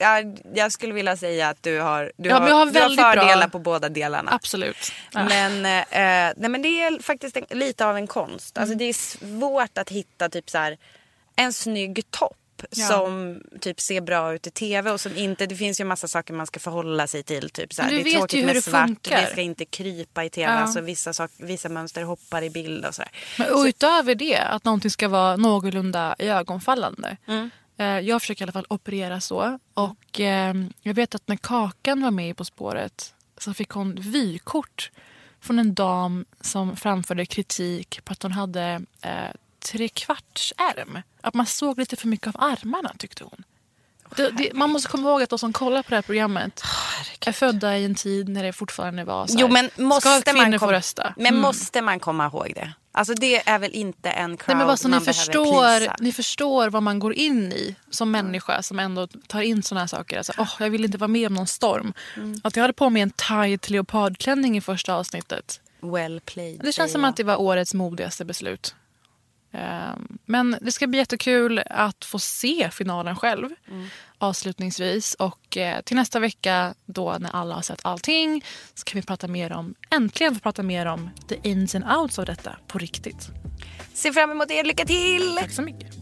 jag, jag skulle vilja säga att du har, du Ja, men har, jag har du har väldigt fördelar bra- på båda delarna. Absolut. Ja. Men, eh, nej, men det är faktiskt en, lite av en konst. Alltså, det är svårt att hitta typ så här, en snygg topp. Ja. Som typ ser bra ut i tv och som inte, det finns ju en massa saker man ska förhålla sig till typ så här, Men du det är vet tråkigt ju hur med det svart, funkar. det ska inte krypa i tv, Ja. alltså vissa, sak, vissa mönster hoppar i bild och så där. Men och utöver det, att någonting ska vara någorlunda ögonfallande. Mm. Eh, Jag försöker i alla fall operera så. Och eh, jag vet att när Kakan var med På spåret så fick hon vykort från en dam som framförde kritik på att hon hade eh, trekvartsärm. Att man såg lite för mycket av armarna, tyckte hon. Det, det, man måste komma ihåg att de som kollar på det här programmet oh, är födda i en tid när det fortfarande var så här, jo, men måste ska kvinnor man kom- få rösta? Men mm. måste man komma ihåg det? Alltså det är väl inte en crowd. Nej, men vad så man ni behöver förstår, plisa. ni förstår vad man går in i som människa som ändå tar in såna här saker. Alltså, oh, jag vill inte vara med om någon storm. Mm. Att jag hade på mig en tight leopardklänning i första avsnittet. Well played. Det känns som att det var årets modigaste beslut. Um, men det ska bli jättekul att få se finalen själv mm. avslutningsvis. Och eh, till nästa vecka då när alla har sett allting så kan vi prata mer om, äntligen få prata mer om the ins and outs av detta på riktigt. Se fram emot er, lycka till! Tack så mycket.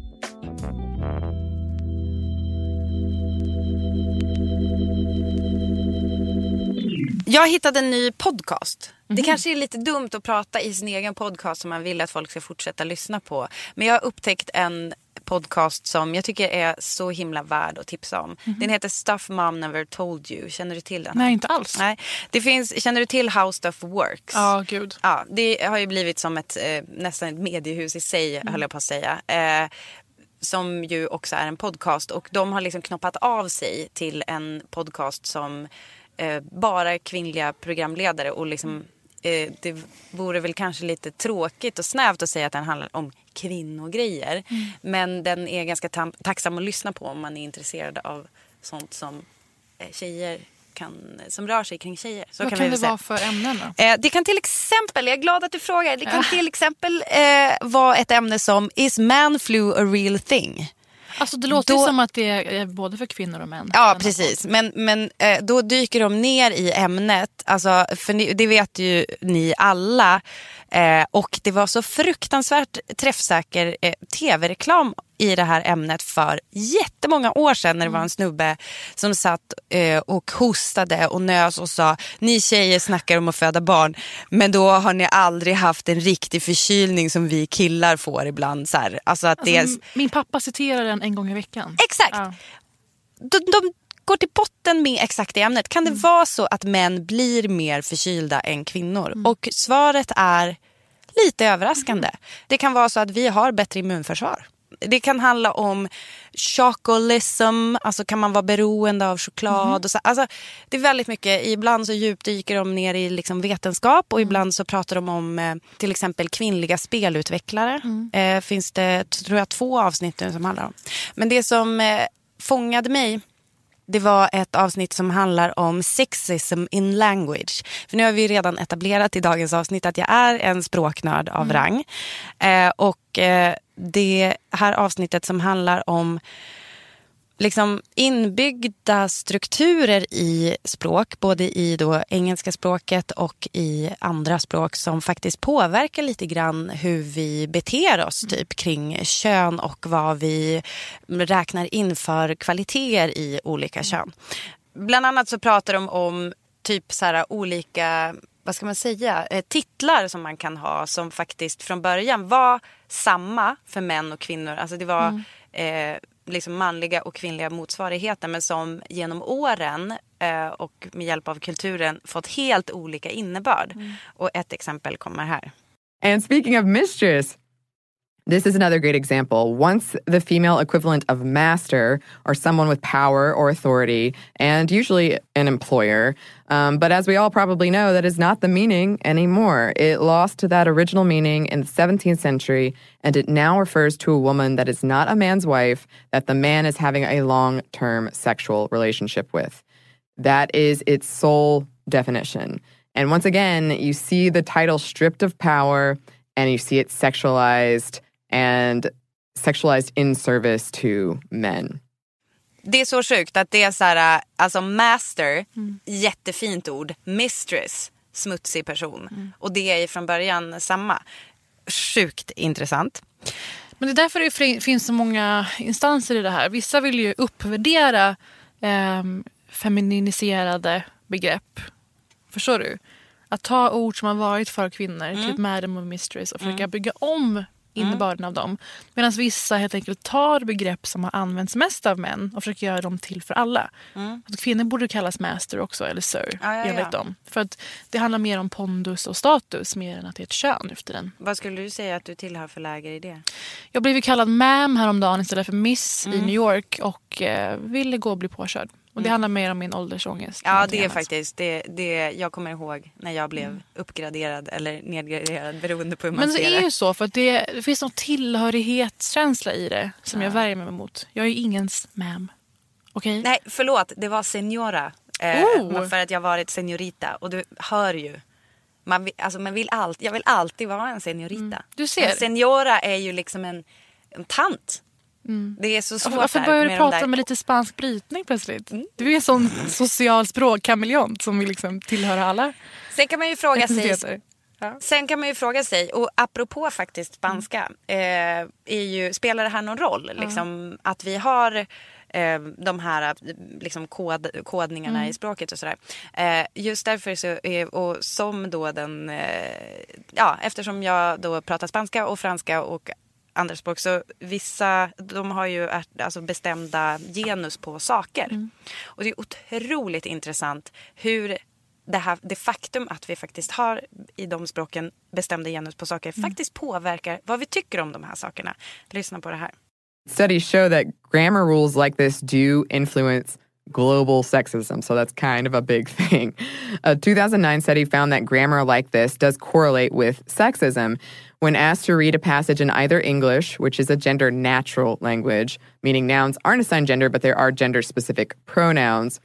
Jag hittade en ny podcast. Mm-hmm. Det kanske är lite dumt att prata i sin egen podcast som man vill att folk ska fortsätta lyssna på. Men jag har upptäckt en podcast som jag tycker är så himla värd att tipsa om. Mm-hmm. Den heter Stuff Mom Never Told You. Känner du till den? Nej, inte alls. Nej. Det finns, känner du till How Stuff Works? Ja, oh, gud. Ja, det har ju blivit som ett eh, nästan ett mediehus i sig, mm. höll jag på att säga. Eh, som ju också är en podcast. Och de har liksom knoppat av sig till en podcast som eh, bara kvinnliga programledare. Och liksom, eh, det vore väl kanske lite tråkigt och snävt att säga att den handlar om kvinnogrejer. Mm. Men den är ganska tam- tacksam att lyssna på om man är intresserad av sånt som eh, tjejer kan, som rör sig kring tjejer. Så Vad kan, kan vi det säga. vara för ämnen då? Eh, det kan till exempel, jag är glad att du frågar, det kan till exempel eh, vara ett ämne som Is man flu a real thing? Alltså det låter då, ju som att det är både för kvinnor och män. Ja, precis. Men, men eh, då dyker de ner i ämnet. Alltså, för ni, det vet ju ni alla. Eh, och det var så fruktansvärt träffsäker eh, tv-reklam i det här ämnet för jättemånga år sedan när det var en snubbe som satt eh, och hostade och nös och sa: ni tjejer snackar om att föda barn, men då har ni aldrig haft en riktig förkylning som vi killar får ibland. Så här. Alltså att alltså, det är... Min pappa citerar den en gång i veckan. Exakt! Ja. De, de går till botten med exakt det ämnet. Kan det mm. vara så att män blir mer förkylda än kvinnor? Mm. Och svaret är lite överraskande. Mm. Det kan vara så att vi har bättre immunförsvar. Det kan handla om chocolism, alltså kan man vara beroende av choklad. Mm. Och så. Alltså, det är väldigt mycket, ibland så djupdyker de ner i liksom vetenskap och mm. ibland så pratar de om eh, till exempel kvinnliga spelutvecklare. Mm. Eh, finns det, tror jag, två avsnitt nu som handlar om. Men det som eh, fångade mig, det var ett avsnitt som handlar om sexism in language. För nu har vi redan etablerat i dagens avsnitt att jag är en språknörd av mm. rang. Eh, och eh, det här avsnittet som handlar om liksom inbyggda strukturer i språk, både i då engelska språket och i andra språk, som faktiskt påverkar lite grann hur vi beter oss typ kring kön och vad vi räknar in för kvaliteter i olika kön. Bland annat så pratar de om typ så här olika, vad ska man säga, eh, titlar som man kan ha som faktiskt från början var samma för män och kvinnor. Alltså det var mm. eh, liksom manliga och kvinnliga motsvarigheter, men som genom åren eh, och med hjälp av kulturen fått helt olika innebörd. Mm. Och ett exempel kommer här. And speaking of mistress, this is another great example. Once the female equivalent of master or someone with power or authority, and usually an employer. Um, but as we all probably know, that is not the meaning anymore. It lost to that original meaning in the seventeenth century, and it now refers to a woman that is not a man's wife, that the man is having a long-term sexual relationship with. That is its sole definition. And once again, you see the title stripped of power, and you see it sexualized and sexualized in service to men. Det är så sjukt att det är så här, alltså master, mm. jättefint ord, mistress, smutsig person. Mm. Och det är från början samma. Sjukt intressant. Men det är därför det finns så många instanser i det här. Vissa vill ju uppvärdera eh, feminiserade begrepp. Förstår du? Att ta ord som har varit för kvinnor, mm. typ madam och mistress, och försöka mm. bygga om innebörden mm. av dem. Medan vissa helt enkelt tar begrepp som har använts mest av män och försöker göra dem till för alla. Mm. Att kvinnor borde kallas master också, eller sir, ja, ja, enligt ja. dem. För att det handlar mer om pondus och status mer än att det är ett kön efter den. Vad skulle du säga att du tillhör för läger i det? Jag blev kallad ma'am häromdagen istället för miss mm. i New York och eh, ville gå och bli påkörd. Och det handlar mer om min åldersångest. Ja, det är annat. faktiskt det, det jag kommer ihåg när jag blev mm. uppgraderad eller nedgraderad beroende på hur man Men ser det. Men det är ju så, för att det, det finns någon tillhörighetskänsla i det som ja. jag värjer mig emot. Jag är ju ingens ma'am. Okej? Okay? Nej, förlåt. Det var seniora. Eh, oh. För att jag varit seniorita. Och du hör ju. Man vill, alltså man vill alltid, jag vill alltid vara en seniorita. Mm. Du ser. En seniora är ju liksom en, en tant. Mm. Det är så svårt. Varför börjar du prata med lite spansk brytning plötsligt? Mm. Du är en sån social språkkameleont som vill liksom tillhöra alla. Sen kan man ju fråga sig. Ja. Sen kan man ju fråga sig, och apropå faktiskt spanska, mm. eh, är ju, spelar det här någon roll? Mm. Liksom, att vi har eh, de här liksom, kod, kodningarna mm. i språket och sådär. Eh, just därför så, eh, och som då den, eh, ja, eftersom jag då pratar spanska och franska och andra språk, så vissa, de har ju alltså bestämda genus på saker. Mm. Och det är otroligt intressant hur det, här, det faktum att vi faktiskt har i de språken bestämda genus på saker mm. faktiskt påverkar vad vi tycker om de här sakerna. Lyssna på det här. Studies show that grammar rules like this do influence global sexism, so that's kind of a big thing. A two thousand nine study found that grammar like this does correlate with sexism. When asked to read a passage in either English, which is a gender-natural language, meaning nouns aren't assigned gender, but there are gender-specific pronouns,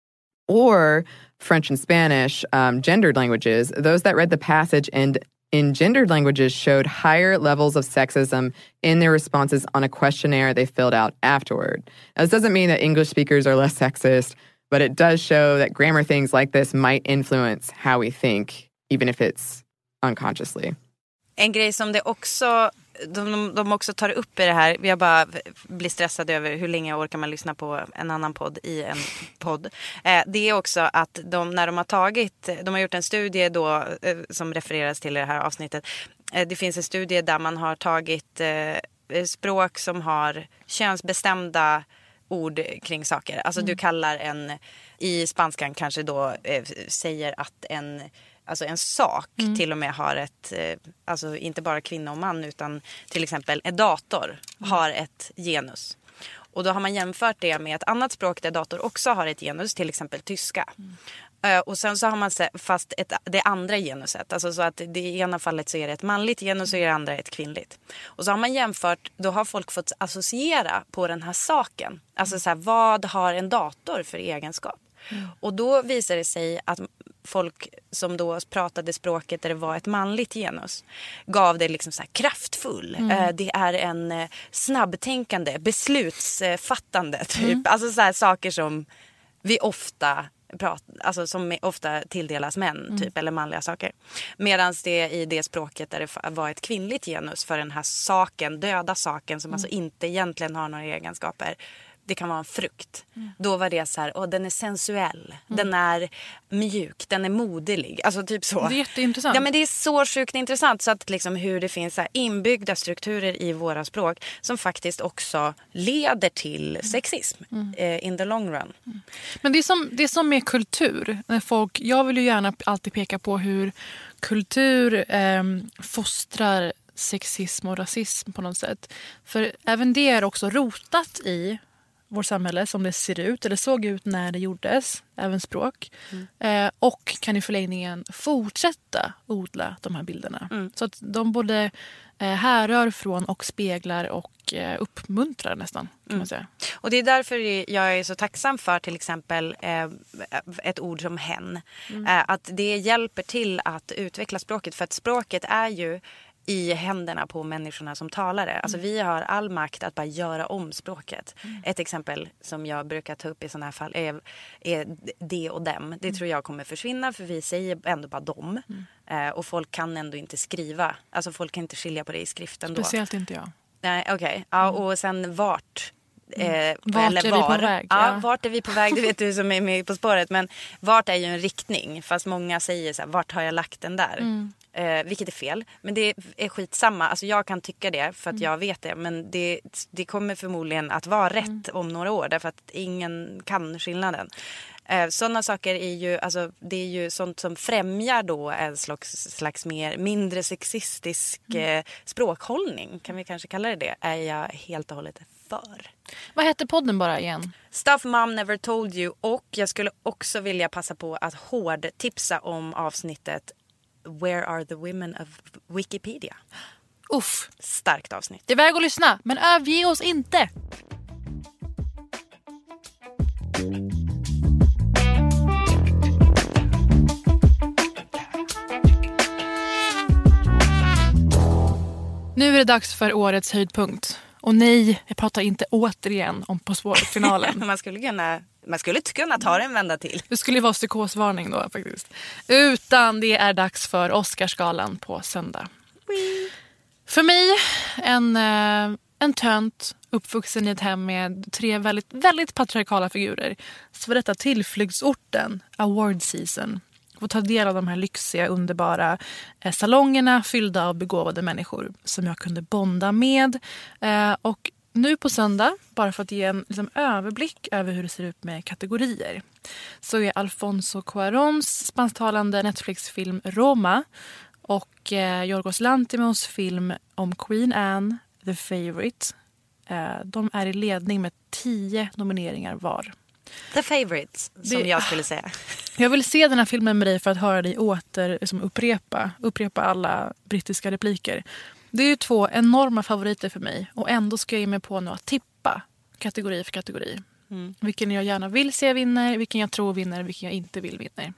or French and Spanish, um, gendered languages, those that read the passage and in gendered languages showed higher levels of sexism in their responses on a questionnaire they filled out afterward. Now, this doesn't mean that English speakers are less sexist, but it does show that grammar things like this might influence how we think, even if it's unconsciously. En grej som det också, de, de också tar upp i det här, jag bara blir stressad över hur länge orkar man lyssna på en annan podd i en podd. Eh, det är också att de, när de har tagit, de har gjort en studie då eh, som refereras till i det här avsnittet. Eh, det finns en studie där man har tagit eh, språk som har könsbestämda ord kring saker. Alltså mm. du kallar en, i spanskan kanske då eh, säger att en Alltså en sak mm. till och med har ett, alltså inte bara kvinna och man, utan till exempel en dator mm. har ett genus. Och då har man jämfört det med ett annat språk där dator också har ett genus, till exempel tyska. Mm. Uh, och sen så har man sett fast ett, det andra genuset. Alltså så att det, i ena fallet så är det ett manligt genus och i det andra ett kvinnligt. Och så har man jämfört, då har folk fått associera på den här saken. Alltså så här, vad har en dator för egenskap? Mm. Och då visar det sig att folk som då pratade språket där det var ett manligt genus gav det liksom så här kraftfull. Mm. Eh, det är en eh, snabbtänkande, beslutsfattande typ. Mm. Alltså så här saker som vi ofta pratar, alltså som ofta tilldelas män mm. typ, eller manliga saker. Medan det i det språket där det var ett kvinnligt genus för den här saken, döda saken som mm. alltså inte egentligen har några egenskaper. Det kan vara en frukt. Mm. Då var det så här, åh, den är sensuell. Mm. Den är mjuk, den är moderlig. Alltså typ så. Det är jätteintressant. Ja, men det är så sjukt intressant. Så att liksom hur det finns så här inbyggda strukturer i våra språk som faktiskt också leder till sexism mm. eh, in the long run. Mm. Men det är som, det är som med kultur. När folk, jag vill ju gärna alltid peka på hur kultur eh, fostrar sexism och rasism på något sätt. För även det är också rotat i vårt samhälle som det ser ut eller såg ut när det gjordes, även språk. Mm. Eh, och kan i förlängningen fortsätta odla de här bilderna. Mm. Så att de både eh, härrör från och speglar och eh, uppmuntrar nästan, kan mm. man säga. Och det är därför jag är så tacksam för till exempel eh, ett ord som hen. Mm. Eh, att det hjälper till att utveckla språket, för att språket är ju i händerna på människorna som talar det. Alltså vi har all makt att bara göra om språket. Mm. Ett exempel som jag brukar ta upp i sådana här fall är, är det och dem. Det mm. tror jag kommer försvinna för vi säger ändå bara dem. Mm. Eh, och folk kan ändå inte skriva. Alltså folk kan inte skilja på det i skriften då. Speciellt inte jag. Nej, okej. Okay. Ja, mm. och sen vart... Eh, vart eller är var. vi på väg? Ja. Ja, vart är vi på väg? Det vet du som är med På spåret. Men vart är ju en riktning. Fast många säger så här, vart har jag lagt den där? Mm. Eh, vilket är fel. Men det är skitsamma. Alltså jag kan tycka det för att mm. jag vet det. Men det, det kommer förmodligen att vara rätt mm. om några år. Därför att ingen kan skillnaden. Eh, sådana saker är ju, alltså, det är ju sånt som främjar då en slags, slags mer, mindre sexistisk mm. eh, språkhållning. Kan vi kanske kalla det det? Är jag helt och hållet för. Vad heter podden bara igen? Stuff Mom Never Told You. Och jag skulle också vilja passa på att hårdtipsa om avsnittet Where Are the Women of Wikipedia? Uff. Starkt avsnitt. Det är väg att lyssna, men överge oss inte. Nu är det dags för årets höjdpunkt. Och nej, jag pratar inte återigen om På spåret-finalen. man, skulle kunna, man skulle kunna ta det en vända till. Det skulle vara psykosvarning då faktiskt. Utan det är dags för Oscarsgalan på söndag. Wee. För mig, en, en tönt uppvuxen i ett hem med tre väldigt, väldigt patriarkala figurer. Så var detta tillflyktsorten, award season. Få ta del av de här lyxiga, underbara eh, salongerna fyllda av begåvade människor som jag kunde bonda med. Eh, och nu på söndag, bara för att ge en liksom, överblick över hur det ser ut med kategorier, så är Alfonso Cuarons spansktalande Netflix-film Roma och eh, Yorgos Lanthimos film om Queen Anne, The Favourite. Eh, de är i ledning med tio nomineringar var. The Favourites, som det, jag skulle säga. Jag vill se den här filmen med dig för att höra dig åter liksom upprepa, upprepa alla brittiska repliker. Det är ju två enorma favoriter för mig. Och ändå ska jag ge mig på nu att tippa kategori för kategori. Mm. Vilken jag gärna vill se vinner, vilken jag tror vinner, vilken jag inte vill vinner.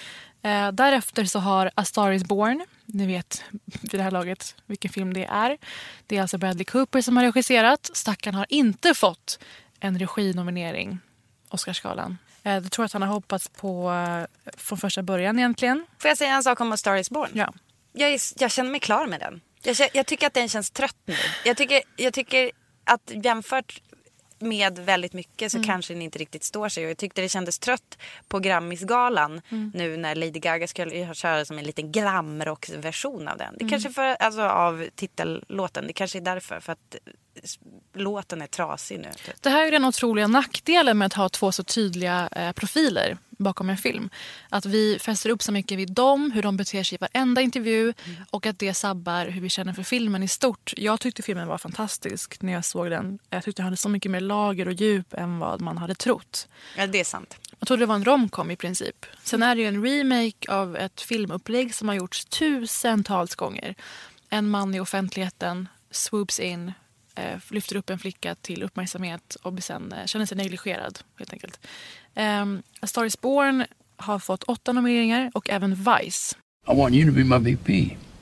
Eh, därefter så har A Star Is Born. Ni vet vid det här laget vilken film det är. Det är alltså Bradley Cooper som har regisserat. Stackaren har inte fått en reginominering. Oscarsgalan. Jag tror att han har hoppats på från första början egentligen. Får jag säga en sak om A Star Is Born? Ja. Jag, är, jag känner mig klar med den. Jag, jag tycker att den känns trött nu. Jag tycker, jag tycker att jämfört med väldigt mycket så mm. kanske den inte riktigt står sig. Och jag tyckte det kändes trött på Grammisgalan mm. nu när Lady Gaga skulle köra som en liten glamrocksversion av den. Det mm. kanske för, alltså av titellåten. Det kanske är därför, för att låten är trasig nu. Typ. Det här är den otroliga nackdelen med att ha två så tydliga eh, profiler bakom en film. Att vi fäster upp så mycket vid dem, hur de beter sig i varenda intervju mm. och att det sabbar hur vi känner för filmen i stort. Jag tyckte filmen var fantastisk när jag såg den. Jag tyckte den hade så mycket mer lager och djup än vad man hade trott. Ja, det är sant. Jag trodde det var en romcom i princip. Sen är det ju en remake av ett filmupplägg som har gjorts tusentals gånger. En man i offentligheten swoops in, lyfter upp en flicka till uppmärksamhet och sen känner sig negligerad helt enkelt. Um, A Star Is Born har fått åtta nomineringar och även Vice. I want you to be my V P.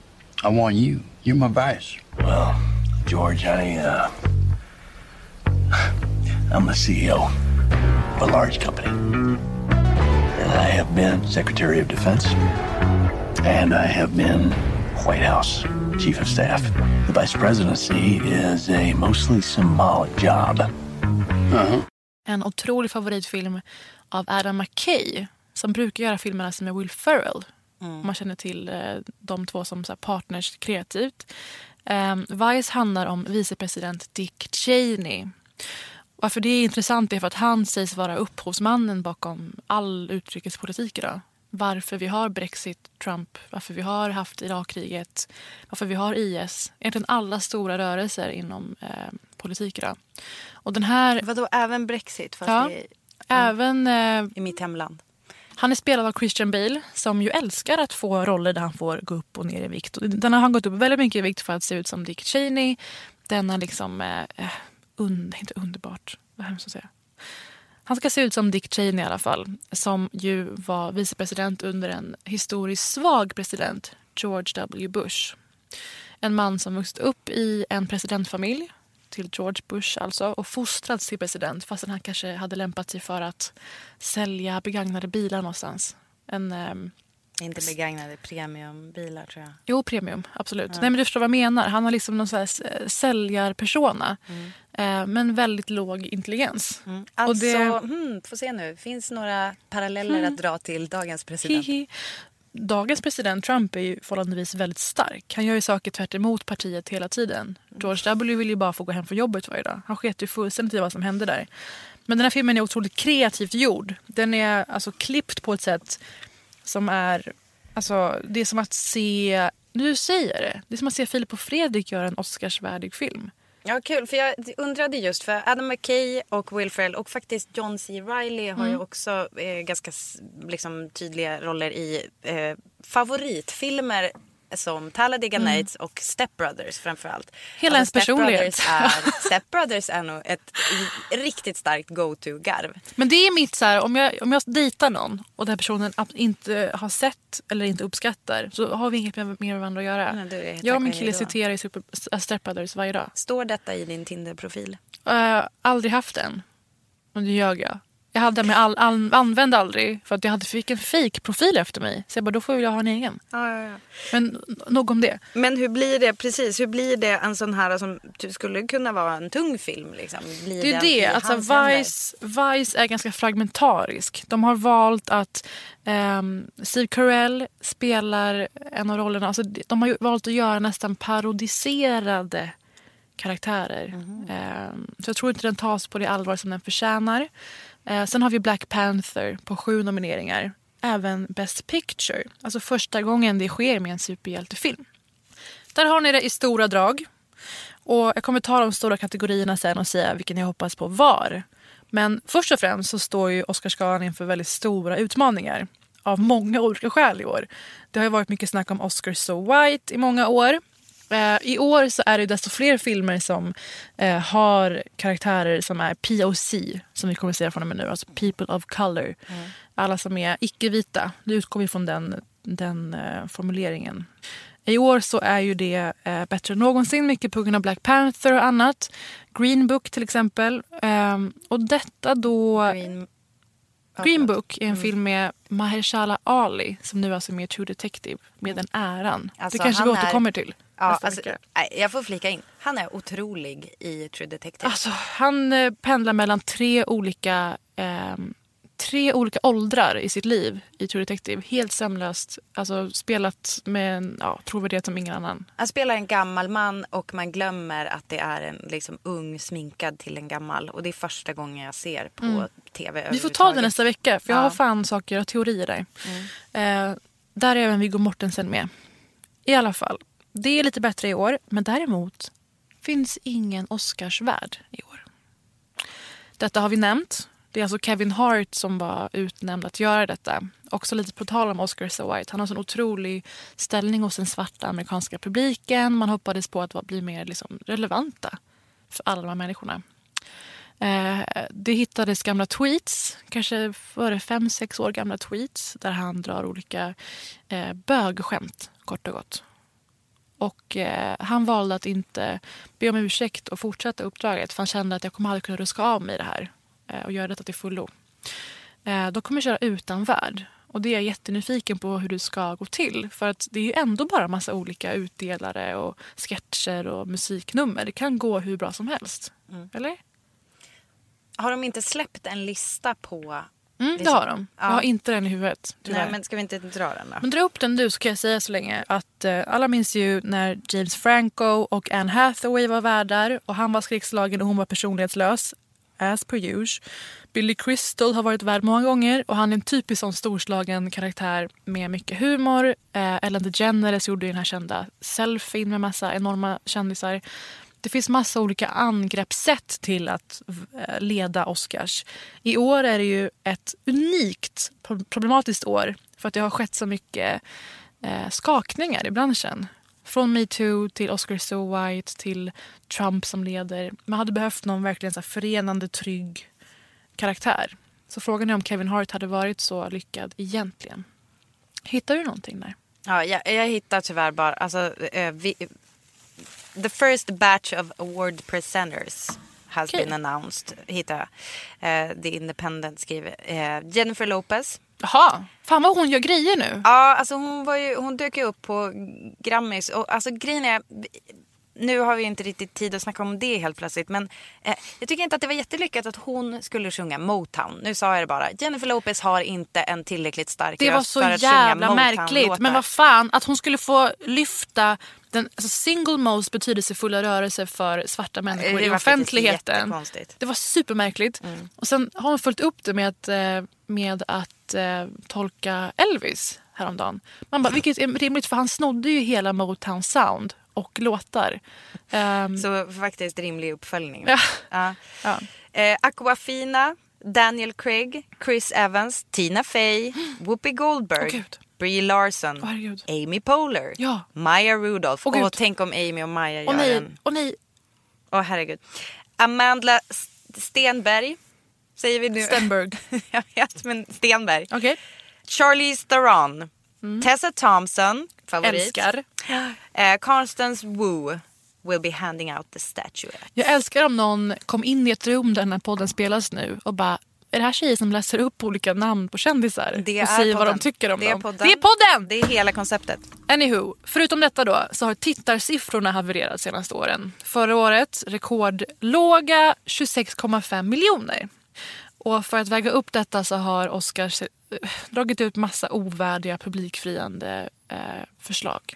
I want you. You're my vice. Well, George, I, uh, I'm the C E O of a large company. And I have been Secretary of Defense. And I have been White House Chief of Staff. The Vice Presidency is a mostly symbolic job. Uh-huh. En otrolig favoritfilm av Adam McKay som brukar göra filmerna som med Will Ferrell. Mm. Man känner till eh, de två som så här, partners kreativt. Eh, Vice handlar om vicepresident Dick Cheney. Varför det är intressant är för att han sägs vara upphovsmannen bakom all utrikespolitik idag. Varför vi har Brexit, Trump, varför vi har haft Irakkriget, varför vi har I S. Egentligen alla stora rörelser inom eh, politik idag. Och den här... Vadå, även Brexit? Fast ja, i, även... Eh, i mitt hemland. Han är spelad av Christian Bale som ju älskar att få roller där han får gå upp och ner i vikt. Och den har han gått upp väldigt mycket i vikt för att se ut som Dick Cheney. Den är liksom... Eh, und, inte underbart, vad hemskt att säga. Han ska se ut som Dick Cheney i alla fall, som ju var vicepresident under en historiskt svag president, George W. Bush. En man som vuxit upp i en presidentfamilj till George Bush alltså och fostrats till president fastän han kanske hade lämpat sig för att sälja begagnade bilar någonstans. En... Um, Inte begagnade premiumbilar tror jag. Jo, premium, absolut. Ja. Nej, men du förstår vad jag menar. Han har liksom någon sån här säljarpersona. Mm. Eh, men väldigt låg intelligens. Mm. Alltså, och det... hmm, får se nu. Finns några paralleller mm. att dra till dagens president? Hihi. Dagens president Trump är ju förhållandevis väldigt stark. Han gör ju saker tvärt emot partiet hela tiden. George W. vill ju bara få gå hem från jobbet varje dag. Han sket ju fullständigt i vad som hände där. Men den här filmen är otroligt kreativt gjord. Den är alltså klippt på ett sätt som är, alltså det är som att se, du säger det, det är som att se Filip och Fredrik göra en Oscarsvärdig film. Ja, kul, för jag undrade just för Adam McKay och Will Ferrell och faktiskt John C. Reilly har mm. ju också eh, ganska liksom, tydliga roller i eh, favoritfilmer som Talladega mm. Nights och Step Brothers framförallt. Hela ens alltså, personlighet. Step Brothers, är, Step Brothers är nog ett riktigt starkt go-to-garv. Men det är mitt så här, om jag, om jag dejtar någon och den personen inte har sett eller inte uppskattar så har vi inget mer med varandra att göra. Nej, jag och min kille citerar i Super, äh, Step Brothers varje dag. Står detta i din Tinder-profil? Uh, aldrig haft den. Men det gör jag. Jag hade men all, all, använde aldrig för att jag hade fick en fake profil efter mig. Så jag bara, då får jag ha en egen. Ja, ja, ja. Men nog om det. Men hur blir det, precis, hur blir det en sån här som skulle kunna vara en tung film? Liksom? Blir det är det, alltså Vice, Vice är ganska fragmentarisk. De har valt att um, Steve Carell spelar en av rollerna. Alltså, de har valt att göra nästan parodiserade karaktärer. Mm. Um, så jag tror inte den tas på det allvar som den förtjänar. Eh, sen har vi Black Panther på sju nomineringar. Även Best Picture. Alltså första gången det sker med en superhjältefilm. Där har ni det i stora drag. Och jag kommer ta de stora kategorierna sen och säga vilken jag hoppas på var. Men först och främst så står ju Oscarsgalan inför väldigt stora utmaningar. Av många olika skäl i år. Det har ju varit mycket snack om Oscar So White i många år. Eh, I år så är det desto fler filmer som eh, har karaktärer som är P O C, som vi kommer att säga från och med nu, alltså people of color. Mm. Alla som är icke-vita, det utgår vi från den, den eh, formuleringen. I år så är ju det eh, bättre än någonsin, mycket på grund av Black Panther och annat. Green Book till exempel. Eh, och detta då... Green, Green Book är en mm. film med Mahershala Ali som nu alltså är med True Detective med den äran. Alltså, det kanske vi återkommer är... till. Ja, alltså, jag får flika in. Han är otrolig i True Detective. Alltså, han eh, pendlar mellan tre olika eh, tre olika åldrar i sitt liv i True Detective. Helt sömlöst. Alltså spelat med en ja, trovärdighet som ingen annan. Han spelar en gammal man och man glömmer att det är en liksom, ung sminkad till en gammal. Och det är första gången jag ser på mm. tv. Vi får ta det nästa vecka för jag ja. har fan saker och teorier där. Mm. Eh, där är även Viggo Mortensen med. I alla fall. Det är lite bättre i år, men däremot finns ingen Oscarsvärd i år. Detta har vi nämnt. Det är alltså Kevin Hart som var utnämnd att göra detta. Också lite på tal om Oscar So White. Han har en sån otrolig ställning hos den svarta amerikanska publiken. Man hoppades på att bli mer liksom, relevanta för alla de här människorna. Eh, det hittades gamla tweets, kanske före fem, sex år gamla tweets, där han drar olika eh, bögskämt, kort och gott. Och eh, han valde att inte be om ursäkt och fortsätta uppdraget. För han kände att jag kommer aldrig kunna ruska av mig det här. Eh, och göra detta till fullo. Eh, då kommer jag köra utan värld. Och det är jag jättenyfiken på hur det ska gå till. För att det är ju ändå bara en massa olika utdelare och sketcher och musiknummer. Det kan gå hur bra som helst. Mm. Eller? Har de inte släppt en lista på... Mm, det har de. Ja. Jag har inte den i huvudet. Tyvärr. Nej, men ska vi inte dra den då? Men dra upp den du så kan jag säga så länge att eh, alla minns ju när James Franco och Anne Hathaway var värdar och han var skräckslagen och hon var personlighetslös. As per usual. Billy Crystal har varit värd många gånger och han är en typisk sån storslagen karaktär med mycket humor. Eh, Ellen DeGeneres gjorde den här kända selfie med massa enorma kändisar. Det finns massa olika angreppssätt till att leda Oscars. I år är det ju ett unikt problematiskt år för att det har skett så mycket eh, skakningar i branschen. Från Me Too till Oscar So White till Trump som leder. Man hade behövt någon verkligen så här förenande, trygg karaktär. Så frågan är om Kevin Hart hade varit så lyckad egentligen. Hittar du någonting där? Ja, jag, jag hittar tyvärr bara... Alltså, eh, vi, the first batch of award presenters has Okay. been announced. Hitta uh, The Independent skriver. Uh, Jennifer Lopez. Jaha, fan vad hon gör grejer nu. Ja, alltså hon, var ju, hon dök ju upp på Grammys. Och alltså grejen är... Nu har vi inte riktigt tid att snacka om det helt plötsligt. Men eh, jag tycker inte att det var jättelyckat att hon skulle sjunga Motown. Nu sa jag det bara. Jennifer Lopez har inte en tillräckligt stark Det var röst så för att jävla sjunga märkligt. Motown-låtar. Men vad fan, att hon skulle få lyfta den alltså single most betydelsefulla rörelse för svarta människor Det i var offentligheten. jättekonstigt. Det var supermärkligt. Mm. Och sen har hon följt upp det med att, eh, med att eh, tolka Elvis häromdagen. Man bara, vilket är rimligt för han snodde ju hela Motown sound och låtar. Um, Så faktiskt rimlig uppföljning. Ja. Ja. ja. Eh, Aquafina, Daniel Craig, Chris Evans, Tina Fey, Whoopi Goldberg, Åh, Gud. Brie Larson, Åh, herregud. Amy Poehler, Ja. Maya Rudolph. Åh, Gud. Och tänk om Amy och Maya gör Och nej, en... och nej. Åh, herregud. Amanda Stenberg, säger vi nu. Stenberg. Jag vet, men Stenberg. Okej. Okay. Charlize Theron, mm. Tessa Thompson, favorit. Älskar. Eh, Constance Wu will be handing out the statuette. Jag älskar om någon kom in i ett rum där den här podden spelas nu och bara, är det här tjejer som läser upp olika namn på kändisar det och säger podden. vad de tycker om det dem? Podden. Det är podden! Det är hela konceptet. Anywho, förutom detta då så har tittarsiffrorna havererat senaste åren. Förra året rekordlåga tjugosex komma fem miljoner. Och för att väga upp detta så har Oscar dragit ut massa ovärdiga publikfriande eh, förslag.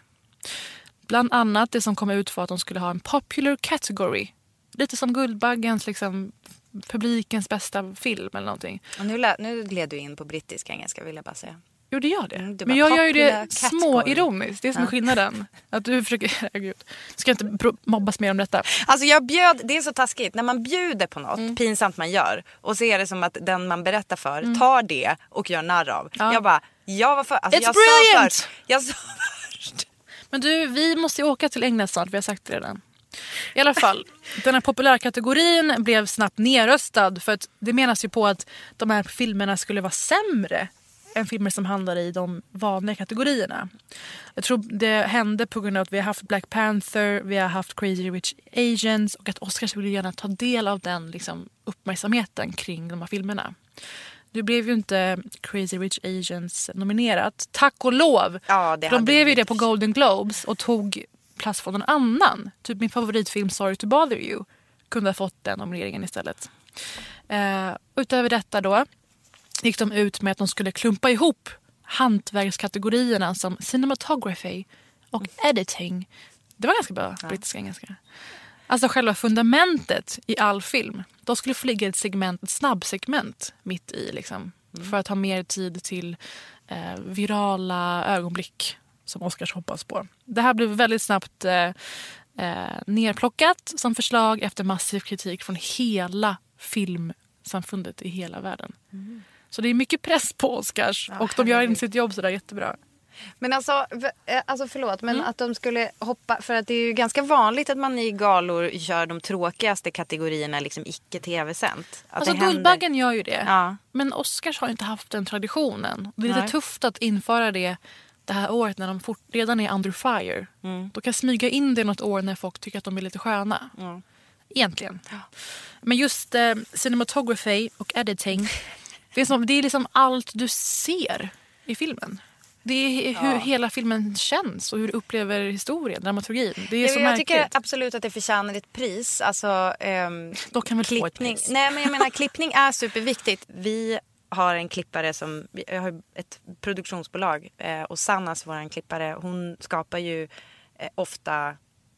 Bland annat det som kom ut för att de skulle ha en popular category. Lite som Guldbaggens liksom publikens bästa film eller någonting. Och nu, lä- nu gled du in på brittisk engelska vill jag bara säga. Gjorde jag det? Mm, men jag gör ju det category. små ironiskt. Det är som Ja. skillnaden. Att du försöker... Gud. Ska jag inte pro- mobbas mer om detta? Alltså jag bjöd, det är så taskigt. När man bjuder på något, mm. pinsamt man gör. Och så är det som att den man berättar för mm. tar det och gör narr av. Ja. Jag bara, jag var för... Alltså It's jag brilliant! Sa för, jag sa först. Men du, vi måste ju åka till England snart. Vi har sagt det redan. I alla fall, den här populärkategorin blev snabbt nerröstad. För att det menas ju på att de här filmerna skulle vara sämre än filmer som handlar i de vanliga kategorierna. Jag tror det hände på grund av att vi har haft Black Panther, vi har haft Crazy Rich Asians och att Oscars ville gärna ta del av den liksom, uppmärksamheten kring de här filmerna. Det blev ju inte Crazy Rich Asians nominerat. Tack och lov! Ja, det de blev ju det på Golden Globes och tog plats från någon annan. Typ min favoritfilm Sorry to Bother You kunde ha fått den nomineringen istället. Uh, utöver detta då gick de ut med att de skulle klumpa ihop hantverkskategorierna som cinematography och editing. Det var ganska bra, ja. Brittiska engelska. Alltså själva fundamentet i all film. Då skulle få ligga ett segment, ett snabbsegment mitt i liksom. Mm. För att ha mer tid till eh, virala ögonblick som Oscars hoppas på. Det här blev väldigt snabbt eh, eh, nerplockat som förslag efter massiv kritik från hela filmsamfundet i hela världen. Mm. Så det är mycket press på Oscars ja, och de gör inte sitt jobb så där jättebra. Men alltså, alltså förlåt, men mm. att de skulle hoppa, för att det är ju ganska vanligt att man i galor gör de tråkigaste kategorierna liksom icke-tv-sänt. Att alltså Guldbaggen gör ju det, ja. Men Oscars har inte haft den traditionen. Det är lite Nej. tufft att införa det det här året när de fort, redan är under fire. Mm. Då kan smyga in det något år när folk tycker att de är lite sköna. Mm. Egentligen. Ja. Men just eh, cinematography och editing, det är, som, det är liksom allt du ser i filmen. Det är hur ja. hela filmen känns och hur du upplever historien, dramaturgin. Det är jag, så jag märkligt. tycker absolut att det förtjänar ett pris. Alltså, um, Då kan väl klippning. få ett pris. Nej, men jag menar, klippning är superviktigt. Vi har en klippare som, jag har ett produktionsbolag eh, och Sannas, vår klippare, hon skapar ju eh, ofta,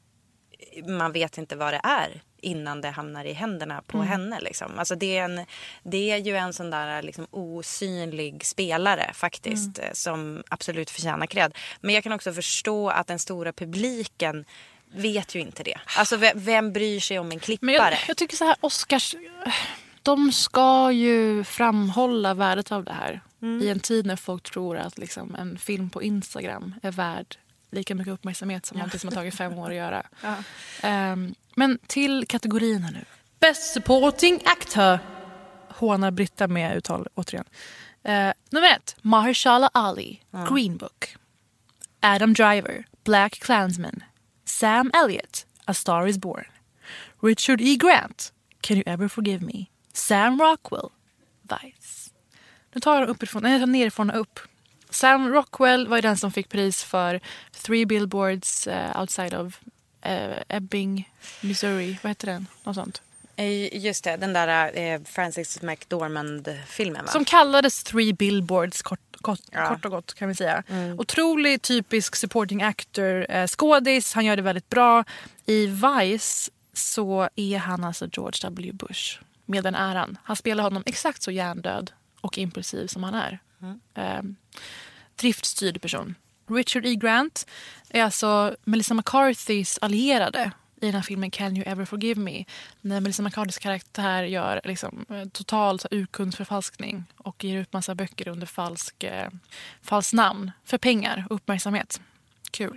man vet inte vad det är innan det hamnar i händerna på mm. henne. Liksom. Alltså det, är en, det är ju en sån där liksom osynlig spelare faktiskt mm. som absolut förtjänar cred. Men jag kan också förstå att den stora publiken vet ju inte det. Alltså vem, vem bryr sig om en klippare? Men jag, jag tycker så här, Oscars, de ska ju framhålla värdet av det här. Mm. I en tid när folk tror att liksom, en film på Instagram är värd lika mycket uppmärksamhet som ja. något som har tagit fem år att göra. Ja. Um, men till kategorierna nu. Best supporting actor. Hånar Britta med uttal återigen. Uh, nummer ett. Mahershala Ali. Ja. Green Book. Adam Driver. Black Klansman. Sam Elliott. A Star Is Born. Richard E. Grant, Can You Ever Forgive Me? Sam Rockwell, Vice. Nu tar jag uppifrån, nej, jag tar nerifrån och upp. Sam Rockwell var ju den som fick pris för Three Billboards uh, Outside of uh, Ebbing, Missouri. Vad heter den? Något sånt. Just det, den där eh, Frances McDormand-filmen, va? Som kallades Three Billboards, kort, kort, ja. kort och gott kan vi säga. Mm. Otrolig typisk supporting actor, eh, skådis. Han gör det väldigt bra. I Vice så är han alltså George W. Bush med den äran. Han spelar honom exakt så hjärndöd och impulsiv som han är. Mm. Eh, driftstyrd person. Richard E. Grant är alltså Melissa McCarthys allierade i den här filmen Can You Ever Forgive Me, när Melissa McCarthys karaktär gör liksom total så, urkundsförfalskning och ger ut massa böcker under falsk, eh, falsk namn för pengar och uppmärksamhet. Kul.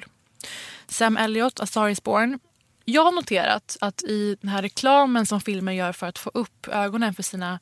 Sam Elliott, A Star Is Born. Jag har noterat att i den här reklamen som filmer gör för att få upp ögonen för sina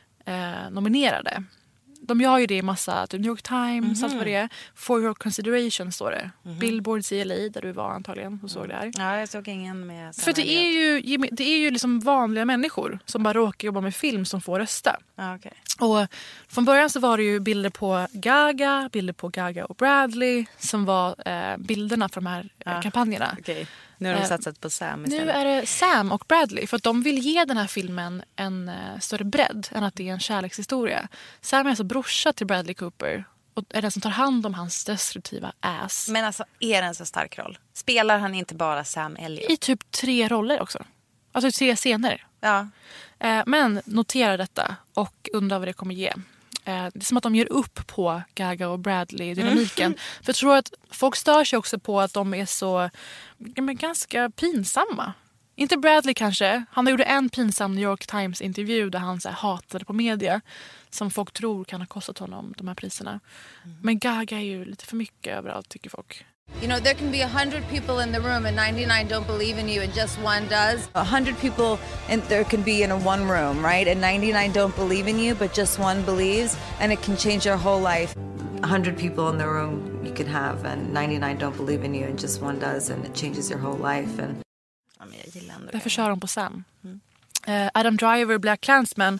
eh, nominerade, de gör ju det i massa, typ New York Times, mm-hmm. allt vad det är. For your consideration står det. Mm-hmm. Billboards i L A, där du var antagligen och såg det här. Ja, jag såg ingen med. För det är ju, det är ju liksom vanliga människor som bara råkar jobba med film som får rösta. Ja, okay. Och från början så var det ju bilder på Gaga, bilder på Gaga och Bradley som var eh, bilderna för de här ja. kampanjerna. Okay. Nu har de satsat på Sam istället. Nu är det Sam och Bradley för att de vill ge den här filmen en uh, större bredd än att det är en kärlekshistoria. Sam är alltså brorsa till Bradley Cooper och är den som tar hand om hans destruktiva ass. Men alltså, är det en så stark roll? Spelar han inte bara Sam Elliott? I typ tre roller också. Alltså tre scener. Ja. Uh, men notera detta och undra vad det kommer ge. Det är som att de ger upp på Gaga och Bradley-dynamiken. Mm. För jag tror att folk stör sig också på att de är så men, ganska pinsamma. Inte Bradley kanske. Han gjorde en pinsam New York Times-intervju där han så här, hatade på media. Som folk tror kan ha kostat honom de här priserna. Mm. Men Gaga är ju lite för mycket överallt tycker folk. You know, there can be a hundred people in the room and ninety-nine don't believe in you and just one does. A hundred people and there can be in a one room, right? And ninety-nine don't believe in you, but just one believes, and it can change your whole life. A hundred people in the room you can have and ninety-nine don't believe in you and just one does, and it changes your whole life. And ja, men jag gillar ändå. Därför kör de på Sam. Mm. Uh, Adam Driver, Black Klansman,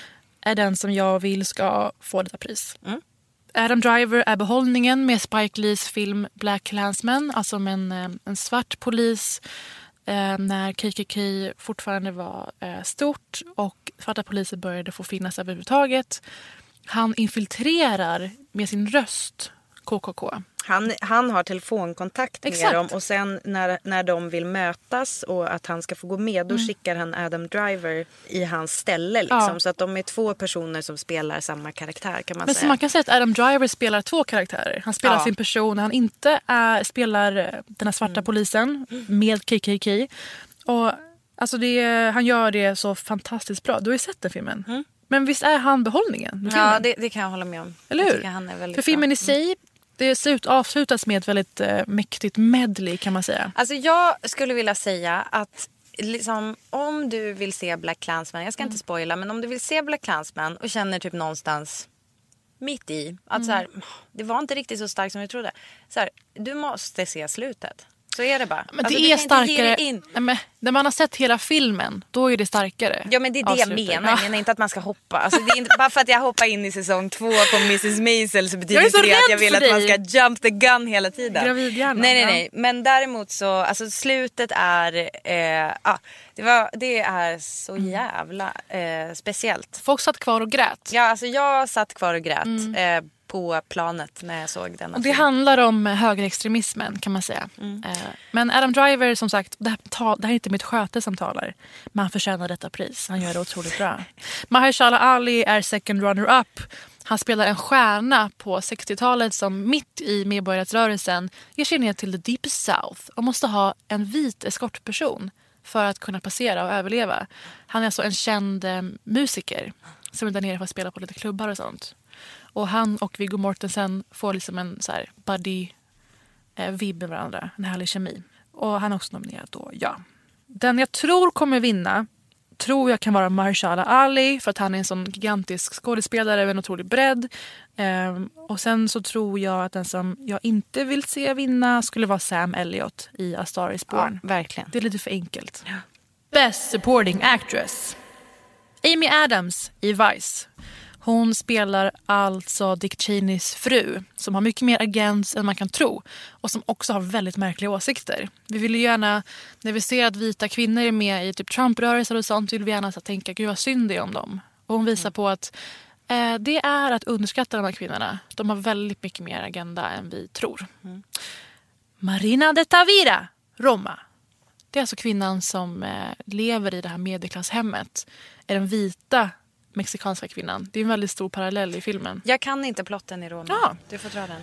är den som jag vill ska få detta pris. Mm. Adam Driver är behållningen med Spike Lees film Black Klansman, alltså med en, en svart polis eh, när K K K fortfarande var eh, stort och svarta poliser började få finnas överhuvudtaget. Han infiltrerar med sin röst K K K. Han, han har telefonkontakt med Exakt. dem och sen när, när de vill mötas och att han ska få gå med, då mm. skickar han Adam Driver i hans ställe liksom, ja. Så att de är två personer som spelar samma karaktär kan man Men säga. Så man kan säga att Adam Driver spelar två karaktärer. Han spelar ja. sin person, han inte är, spelar den här svarta mm. polisen med K K K. Och alltså det, han gör det så fantastiskt bra. Du har ju sett den filmen. Mm. Men visst är han behållningen? Ja, det, det kan jag hålla med om. Eller hur? Han är väldigt För filmen bra. i sig, det ser ut, avslutas med ett väldigt äh, mäktigt medley kan man säga. Alltså jag skulle vilja säga att liksom, om du vill se Black Klansman, jag ska mm. inte spoila, men om du vill se Black Klansman och känner typ någonstans mitt i att mm. så här, det var inte riktigt så starkt som jag trodde. Så här, du måste se slutet. Så är det bara. Men alltså, det är starkare. In. Men, när man har sett hela filmen, då är det starkare. Ja, men det är det jag menar. Jag menar inte att man ska hoppa. Alltså, det är inte, bara för att jag hoppar in i säsong två på missus Maisel så betyder inte det att jag vill att man ska jump the gun hela tiden. Gravidhjärnan. Nej, nej, nej. Men däremot så, alltså slutet är, eh, ah, det, var, det är så jävla eh, speciellt. Folk satt kvar och grät. Ja, alltså jag satt kvar och grät. Mm. Eh, på planet när jag såg den. Och det handlar om högerextremismen kan man säga. Mm. Men Adam Driver som sagt, det här, ta, det här är inte mitt sköte som talar. Men han förtjänar detta pris. Han gör det otroligt bra. Mahershala Ali är second runner-up. Han spelar en stjärna på sextiotalet som mitt i medborgarrättsrörelsen ger sig ner till the deepest south och måste ha en vit eskortperson för att kunna passera och överleva. Han är alltså en känd eh, musiker som är där nere för att spela på lite klubbar och sånt. Och han och Viggo Mortensen får liksom en så här buddy eh, vibb med varandra. En härlig kemi. Och han är också nominerad då, ja. Den jag tror kommer vinna, tror jag kan vara Mahershala Ali för att han är en sån gigantisk skådespelare med en otrolig bredd. Um, och sen så tror jag att den som jag inte vill se vinna skulle vara Sam Elliott i A Star Is Born. Ja, verkligen. Det är lite för enkelt. Ja. Best Supporting Actress. Amy Adams i Vice. Hon spelar alltså Dick Cheneys fru som har mycket mer agens än man kan tro och som också har väldigt märkliga åsikter. Vi vill ju gärna, när vi ser att vita kvinnor är med i typ Trump-rörelser och sånt, vill vi gärna så tänka, gud vad synd det är om dem. Och hon visar mm. på att eh, det är att underskatta de här kvinnorna. De har väldigt mycket mer agenda än vi tror. Mm. Marina de Tavira, Roma. Det är alltså kvinnan som eh, lever i det här medelklasshemmet. Är den vita mexikanska kvinnan. Det är en väldigt stor parallell i filmen. Jag kan inte plotten i Roma. Ja. Du får dra den.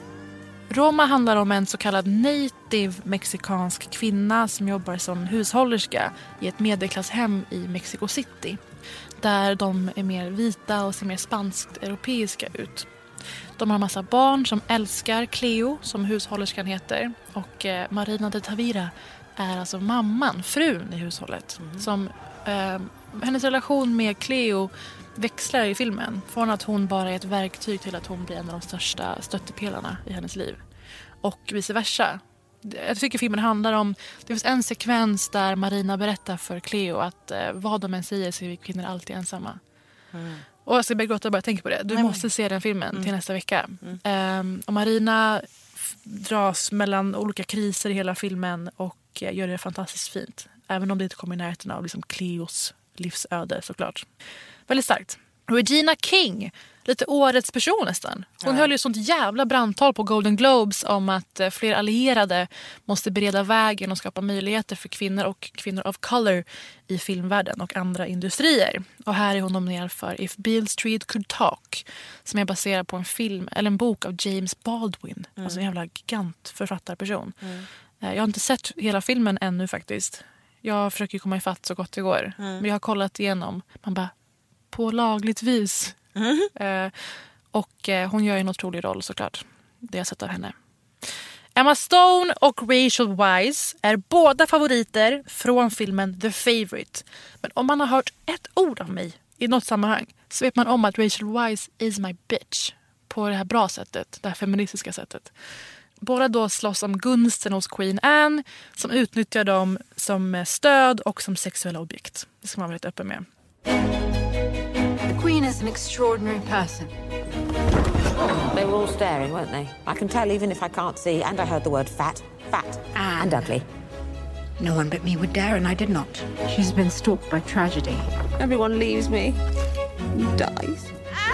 Roma handlar om en så kallad native mexikansk kvinna som jobbar som hushållerska i ett medelklasshem i Mexico City. Där de är mer vita och ser mer spanskt europeiska ut. De har en massa barn som älskar Cleo, som hushållerskan heter. Och eh, Marina de Tavira är alltså mamman, frun i hushållet. Mm. Som... Eh, hennes relation med Cleo växlar i filmen. Från att hon bara är ett verktyg till att hon blir en av de största stöttepelarna i hennes liv. Och vice versa. Jag tycker filmen handlar om... Det finns en sekvens där Marina berättar för Cleo att eh, vad de än säger så är vi kvinnor alltid ensamma. Mm. Och jag ska börja gråta och bara tänka på det. Du Nej, måste men... se den filmen mm. till nästa vecka. Mm. Um, och Marina f- dras mellan olika kriser i hela filmen och uh, gör det fantastiskt fint. Även om det inte kommer i närheten av liksom Cleos livsöde såklart. Väldigt starkt. Regina King, lite årets person nästan. Hon ja. höll ju sånt jävla brandtal på Golden Globes om att fler allierade måste bereda vägen och skapa möjligheter för kvinnor och kvinnor of color i filmvärlden och andra industrier. Och här är hon nominerad för If Beale Street Could Talk, som är baserad på en film eller en bok av James Baldwin. Mm. Alltså en jävla gigant författarperson. Mm. Jag har inte sett hela filmen ännu faktiskt. Jag försöker komma ifatt så gott det går. Mm. Men jag har kollat igenom. Man bara, på lagligt vis. Mm. Eh, och eh, hon gör en otrolig roll såklart. Det jag har sett av henne. Emma Stone och Rachel Weisz är båda favoriter från filmen The Favourite. Men om man har hört ett ord av mig i något sammanhang så vet man om att Rachel Weisz is my bitch. På det här bra sättet. Det här feministiska sättet. Båda då slåss om gunsten hos Queen Anne som utnyttjar dem som stöd och som sexuella objekt. Det ska man vara lite öppen med. The Queen is an extraordinary person. They were all staring, weren't they? I can tell even if I can't see, and I heard the word fat, fat and, and ugly. No one but me would dare, and I did not. She's been stalked by tragedy. Everyone leaves me. Dies.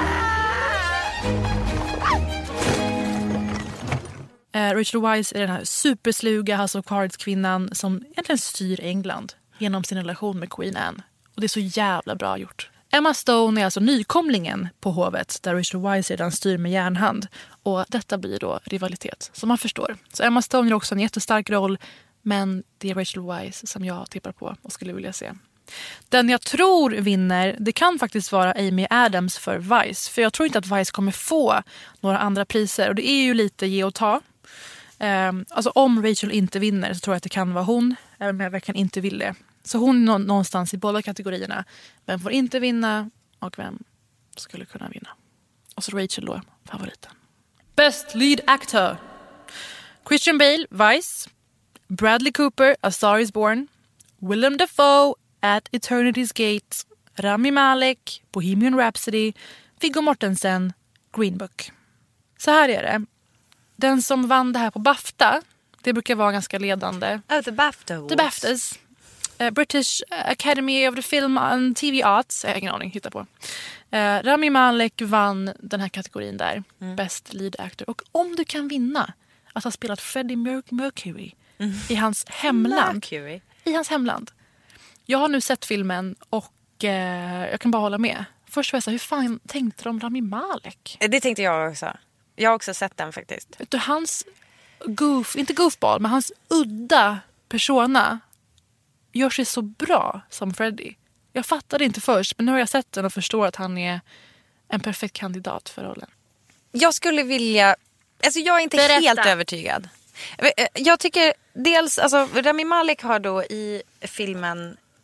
Uh, Rachel Weisz är den här supersluga House of Cards-kvinnan som egentligen styr England genom sin relation med Queen Anne. Och det är så jävla bra gjort. Emma Stone är alltså nykomlingen på hovet där Rachel Weisz redan styr med järnhand. Och detta blir då rivalitet, som man förstår. Så Emma Stone gör också en jättestark roll, men det är Rachel Weisz som jag tippar på och skulle vilja se. Den jag tror vinner, det kan faktiskt vara Amy Adams för Vice. För jag tror inte att Vice kommer få några andra priser. Och det är ju lite ge och ta. Um, alltså om Rachel inte vinner så tror jag att det kan vara hon. Även om jag verkligen inte vill det. Så hon är någonstans i båda kategorierna. Vem får inte vinna och vem skulle kunna vinna. Och så Rachel då, favoriten. Best Lead Actor. Christian Bale, Vice. Bradley Cooper, A Star Is Born. Willem Dafoe, At Eternity's Gate. Rami Malek, Bohemian Rhapsody. Viggo Mortensen, Green Book. Så här är det. Den som vann det här på BAFTA, det brukar vara ganska ledande. Oh, the BAFTA Awards. The BAFTAs. Uh, British Academy of the Film and T V Arts. Jag har ingen aning, hitta på. Uh, Rami Malek vann den här kategorin där. Mm. Best Lead Actor. Och om du kan vinna att ha spelat Freddie Mer- Mercury mm. i hans hemland. Mercury. I hans hemland. Jag har nu sett filmen och uh, jag kan bara hålla med. Först var jag så här, hur fan tänkte de Rami Malek? Det tänkte jag också. Jag har också sett den faktiskt. Vet du, hans goof, inte goofball, men hans udda persona gör sig så bra som Freddie. Jag fattade inte först, men nu har jag sett den och förstår att han är en perfekt kandidat för rollen. Jag skulle vilja... Alltså jag är inte Berätta. helt övertygad. Jag tycker dels... Alltså Rami Malek har då i filmen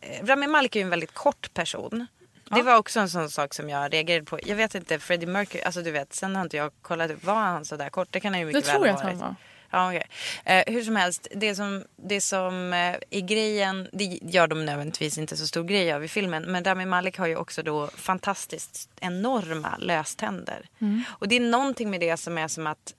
Rami Malek är ju en väldigt kort person. Det var också en sån sak som jag reagerade på. Jag vet inte, Freddie Mercury, alltså du vet, sen har inte jag kollat upp, var han så där kort? Det kan han ju mycket det väl tror jag ha att han varit. var. Ja, okej. Eh, hur som helst, det som, det som eh, är grejen, det gör de nödvändigtvis inte så stor grej av i filmen. Men Rami Malek har ju också då fantastiskt enorma löständer. Mm. Och det är någonting med det som är som att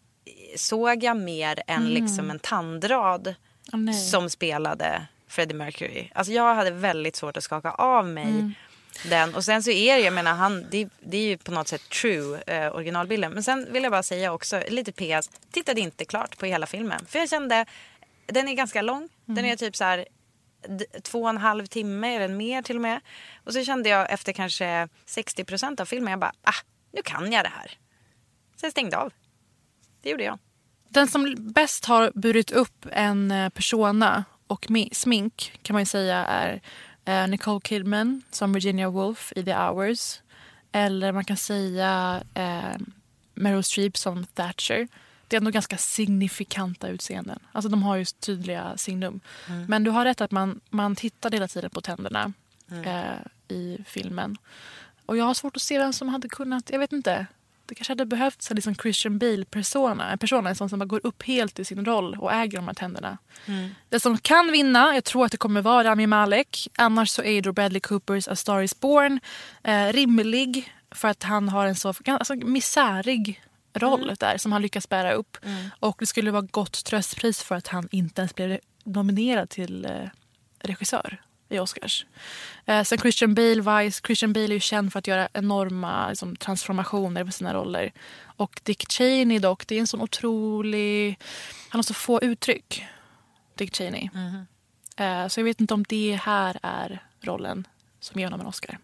såg jag mer än mm. liksom en tandrad oh, som spelade Freddie Mercury. Alltså jag hade väldigt svårt att skaka av mig mm. den. Och sen så är det, jag menar, han, det, det är ju på något sätt true eh, originalbilden. Men sen vill jag bara säga också, lite P S, tittade inte klart på hela filmen. För jag kände, den är ganska lång. Mm. Den är typ så här d- två och en halv timme, är den mer till och med. Och så kände jag efter kanske sextio procent av filmen, jag bara, ah, nu kan jag det här. Så jag stängde av. Det gjorde jag. Den som bäst har burit upp en persona och smink kan man ju säga är Uh, Nicole Kidman som Virginia Woolf i The Hours. Eller man kan säga uh, Meryl Streep som Thatcher. Det är ändå ganska signifikanta utseenden. Alltså de har ju tydliga signum. Mm. Men du har rätt att man, man tittar hela tiden på tänderna mm. uh, i filmen. Och jag har svårt att se vem som hade kunnat, jag vet inte. Det kanske hade behövts en liksom Christian Bale-persona. En person en sån som bara går upp helt i sin roll och äger de här tänderna. Mm. Det som kan vinna, jag tror att det kommer vara Rami Malek. Annars så är då Bradley Coopers A Star Is Born eh, rimlig. För att han har en så alltså, misärig roll mm. där som han lyckas bära upp. Mm. Och det skulle vara gott tröstpris för att han inte ens blev nominerad till eh, regissör i Oscars. Eh, sen Christian Bale, Vice. Christian Bale är ju känd för att göra enorma liksom, transformationer på sina roller. Och Dick Cheney dock, det är en sån otrolig... Han har så få uttryck, Dick Cheney. Mm. Eh, så jag vet inte om det här är rollen som ger honom en Oscar.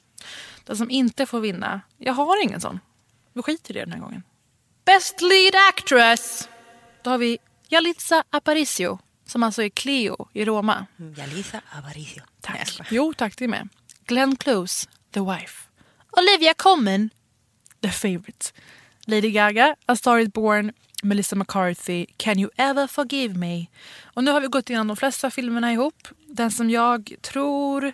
Den som inte får vinna, jag har ingen sån. Vi skiter i det den här gången. Best Lead Actress! Då har vi Yalitza Aparicio. Som alltså är Cleo i Roma. Yalitza Aparicio. Tack. Jo, tack det med. Glenn Close, The Wife. Olivia Colman, The Favourite. Lady Gaga, A Star Is Born. Melissa McCarthy, Can You Ever Forgive Me. Och nu har vi gått igenom de flesta filmerna ihop. Den som jag tror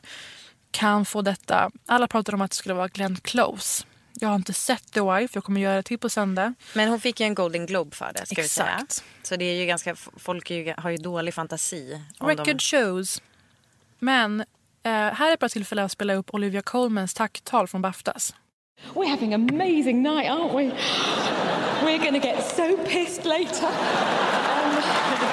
kan få detta. Alla pratar om att det skulle vara Glenn Close. Jag har inte sett The Wife, jag kommer göra det till på söndag. Men hon fick ju en Golden Globe för det, ska Exakt. vi säga. Så det är ju ganska, folk är ju, har ju dålig fantasi. Record de... shows. Men eh, här är ett bra tillfälle att spela upp Olivia Colmans tacktal från BAFTAs. We're having an amazing night, aren't we? We're going to get so pissed later. Um...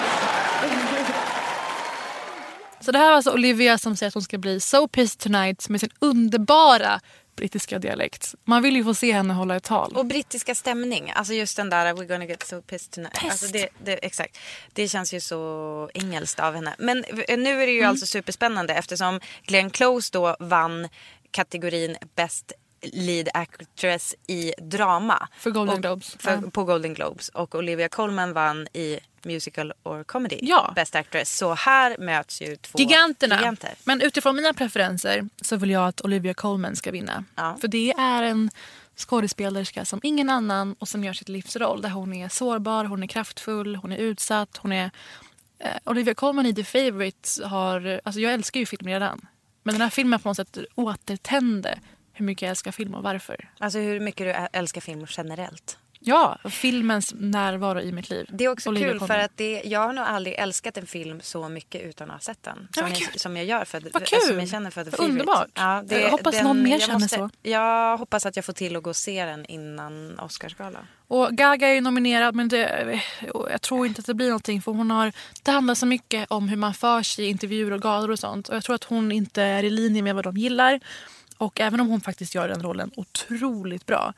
Så det här var alltså Olivia som säger att hon ska bli so pissed tonight med sin underbara brittiska dialekt. Man vill ju få se henne hålla ett tal. Och brittiska stämning. Alltså just den där we're gonna get so pissed tonight. Alltså det, det, exakt. Det känns ju så engelskt av henne. Men nu är det ju mm. alltså superspännande eftersom Glenn Close då vann kategorin Best Lead Actress i drama. För Golden Globes. För, ja. På Golden Globes. Och Olivia Colman vann i Musical or Comedy. Ja. Best Actress. Så här möts ju två giganterna. giganter. Men utifrån mina preferenser så vill jag att Olivia Colman ska vinna. Ja. För det är en skådespelerska som ingen annan och som gör sitt livsroll. Där hon är sårbar, hon är kraftfull, hon är utsatt. Hon är... Eh, Olivia Colman i The Favourite har... Alltså jag älskar ju film redan. Men den här filmen på något sätt återtände hur mycket jag älskar film och varför. Alltså hur mycket du älskar film generellt. Ja, filmens närvaro i mitt liv. Det är också Olivia kul Colman. för att det, jag har nog aldrig älskat en film så mycket utan att ha sett den. Som, jag, som jag gör för Vad kul. Som jag känner för The Favorite. Underbart. Ja, det, jag hoppas den, någon mer jag känner måste, så. Jag hoppas att jag får till att gå och se den innan Oscarsgalan. Och Gaga är ju nominerad men det, jag tror inte att det blir någonting för hon har, det handlar så mycket om hur man för sig i intervjuer och galor och sånt. Och jag tror att hon inte är i linje med vad de gillar. Och även om hon faktiskt gör den rollen otroligt bra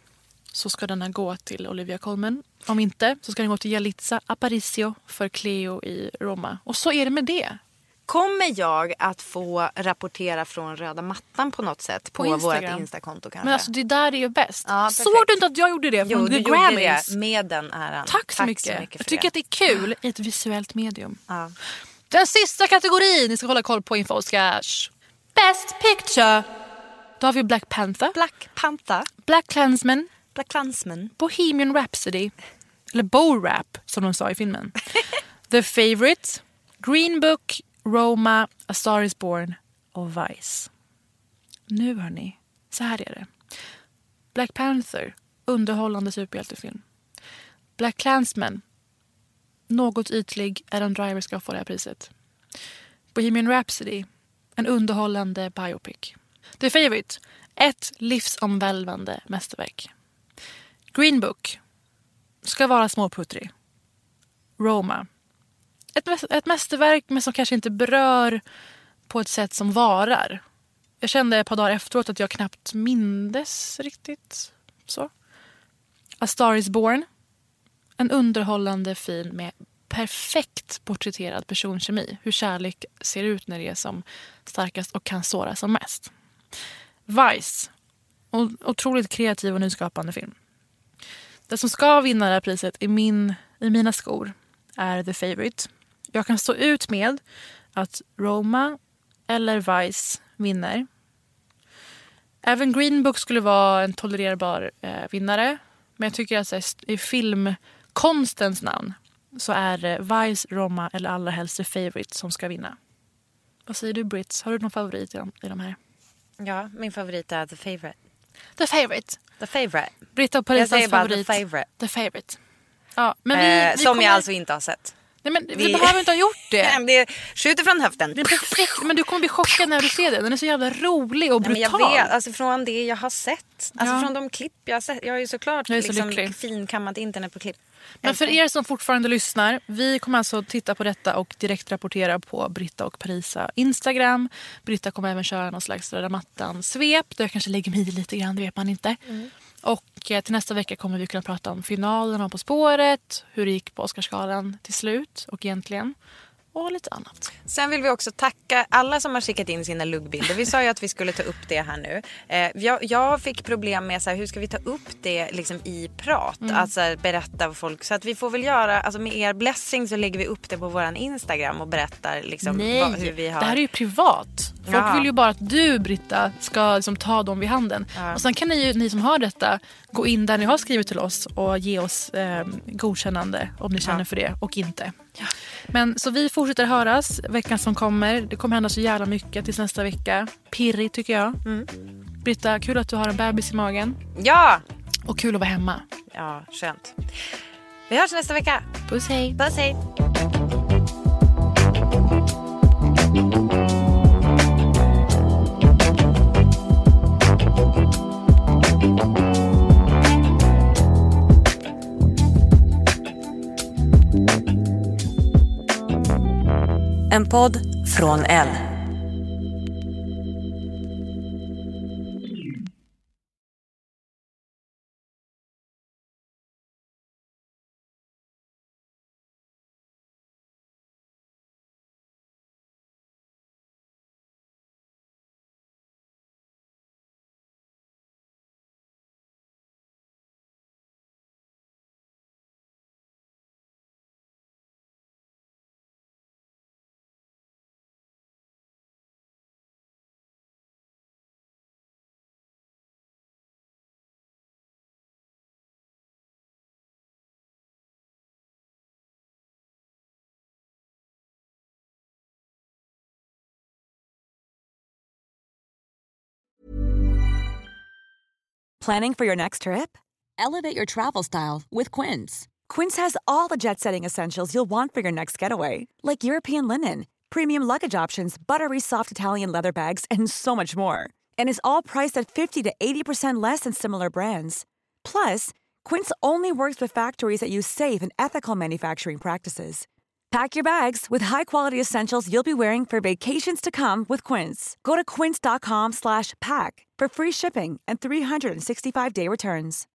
så ska den här gå till Olivia Colman. Om inte så ska den gå till Yalitza Aparicio för Cleo i Roma. Och så är det med det. Kommer jag att få rapportera från röda mattan på något sätt på, på vårt Instakonto kanske? Men alltså det där är ju bäst. Ja, såg du inte att jag gjorde det från jo, The du Grammys? Det med den äran. Tack så Tack mycket. Så mycket jag tycker det. att det är kul i ett visuellt medium. Ja. Den sista kategorin ni ska hålla koll på inför Oscars. Best Picture. Då har vi Black Panther. Black Panther. Black Klansman. Black Klansman. Bohemian Rhapsody. Eller Bo Rap som de sa i filmen. The Favourite. Green Book. Roma. A Star Is Born. och Vice. Nu hörni, så här är det. Black Panther, underhållande superhjältefilm. Black Klansman, något ytlig. Adam Driver ska få det här priset. Bohemian Rhapsody, en underhållande biopic. The Favourite, ett livsomvälvande mästerverk. Green Book, ska vara småputtrig. Roma, ett, ett mästerverk men som kanske inte berör på ett sätt som varar. Jag kände ett par dagar efteråt att jag knappt mindes riktigt så. A Star is Born, en underhållande film med perfekt porträtterad personkemi. Hur kärlek ser ut när det är som starkast och kan såra som mest. Vice, otroligt kreativ och nyskapande film. Det som ska vinna det här priset i, min, i mina skor är The Favourite. Jag kan stå ut med att Roma eller Vice vinner. Även Green Book skulle vara en tolererbar eh, vinnare. Men jag tycker att så här, i filmkonstens namn så är det Vice, Roma eller allra helst The Favourite som ska vinna. Vad säger du, Brits? Har du någon favorit i de, i de här? Ja, min favorit är The Favourite. The Favourite. The Favourite. Britta och Parisas favorit. The Favourite. The Favourite. Ja, men vi, eh, vi som kommer... jag alltså inte har sett. Nej, men vi, vi behöver inte ha gjort det. Nej, det skjuter från höften. Det är perfekt, men du kommer bli chockad när du ser det. Den är så jävla rolig och brutal. Nej, men jag vet, alltså från det jag har sett. Alltså ja. från de klipp jag har sett. Jag har ju såklart jag är så liksom finkammat internet på klipp. Men för er som fortfarande lyssnar, vi kommer alltså titta på detta och direkt rapportera på Britta och Parisa Instagram. Britta kommer även köra någon slags röda mattan-svep där jag kanske lägger mig i lite grann, det vet man inte. Mm. Och till nästa vecka kommer vi kunna prata om finalen och På spåret, hur det gick på Oscarsgalan till slut och egentligen. Och lite annat. Sen vill vi också tacka alla som har skickat in sina luggbilder. Vi sa ju att vi skulle ta upp det här nu. Eh, jag, jag fick problem med så här, hur ska vi ta upp det liksom i prat? Mm. Alltså berätta vad folk. Så att vi får väl göra, alltså med er blessing så lägger vi upp det på våran Instagram och berättar liksom Nej, vad, hur vi har. Det här är ju privat. Folk ja. vill ju bara att du, Britta, ska liksom ta dem vid handen. Ja. Och sen kan ni, ju, ni som hör detta gå in där ni har skrivit till oss och ge oss eh, godkännande om ni känner ja. för det och inte. Ja. Men så vi fortsätter höras veckan som kommer. Det kommer hända så jävla mycket tills nästa vecka. Pirrig tycker jag. Mm. Britta, kul att du har en bebis i magen. Ja! Och kul att vara hemma. Ja, skönt. Vi hörs nästa vecka. Puss hej. Puss hej. En podd från Elle. Planning for your next trip? Elevate your travel style with Quince. Quince has all the jet-setting essentials you'll want for your next getaway, like European linen, premium luggage options, buttery soft Italian leather bags, and so much more. And is all priced at fifty to eighty percent less than similar brands. Plus, Quince only works with factories that use safe and ethical manufacturing practices. Pack your bags with high-quality essentials you'll be wearing for vacations to come with Quince. Go to quince.com slash pack for free shipping and three sixty-five day returns.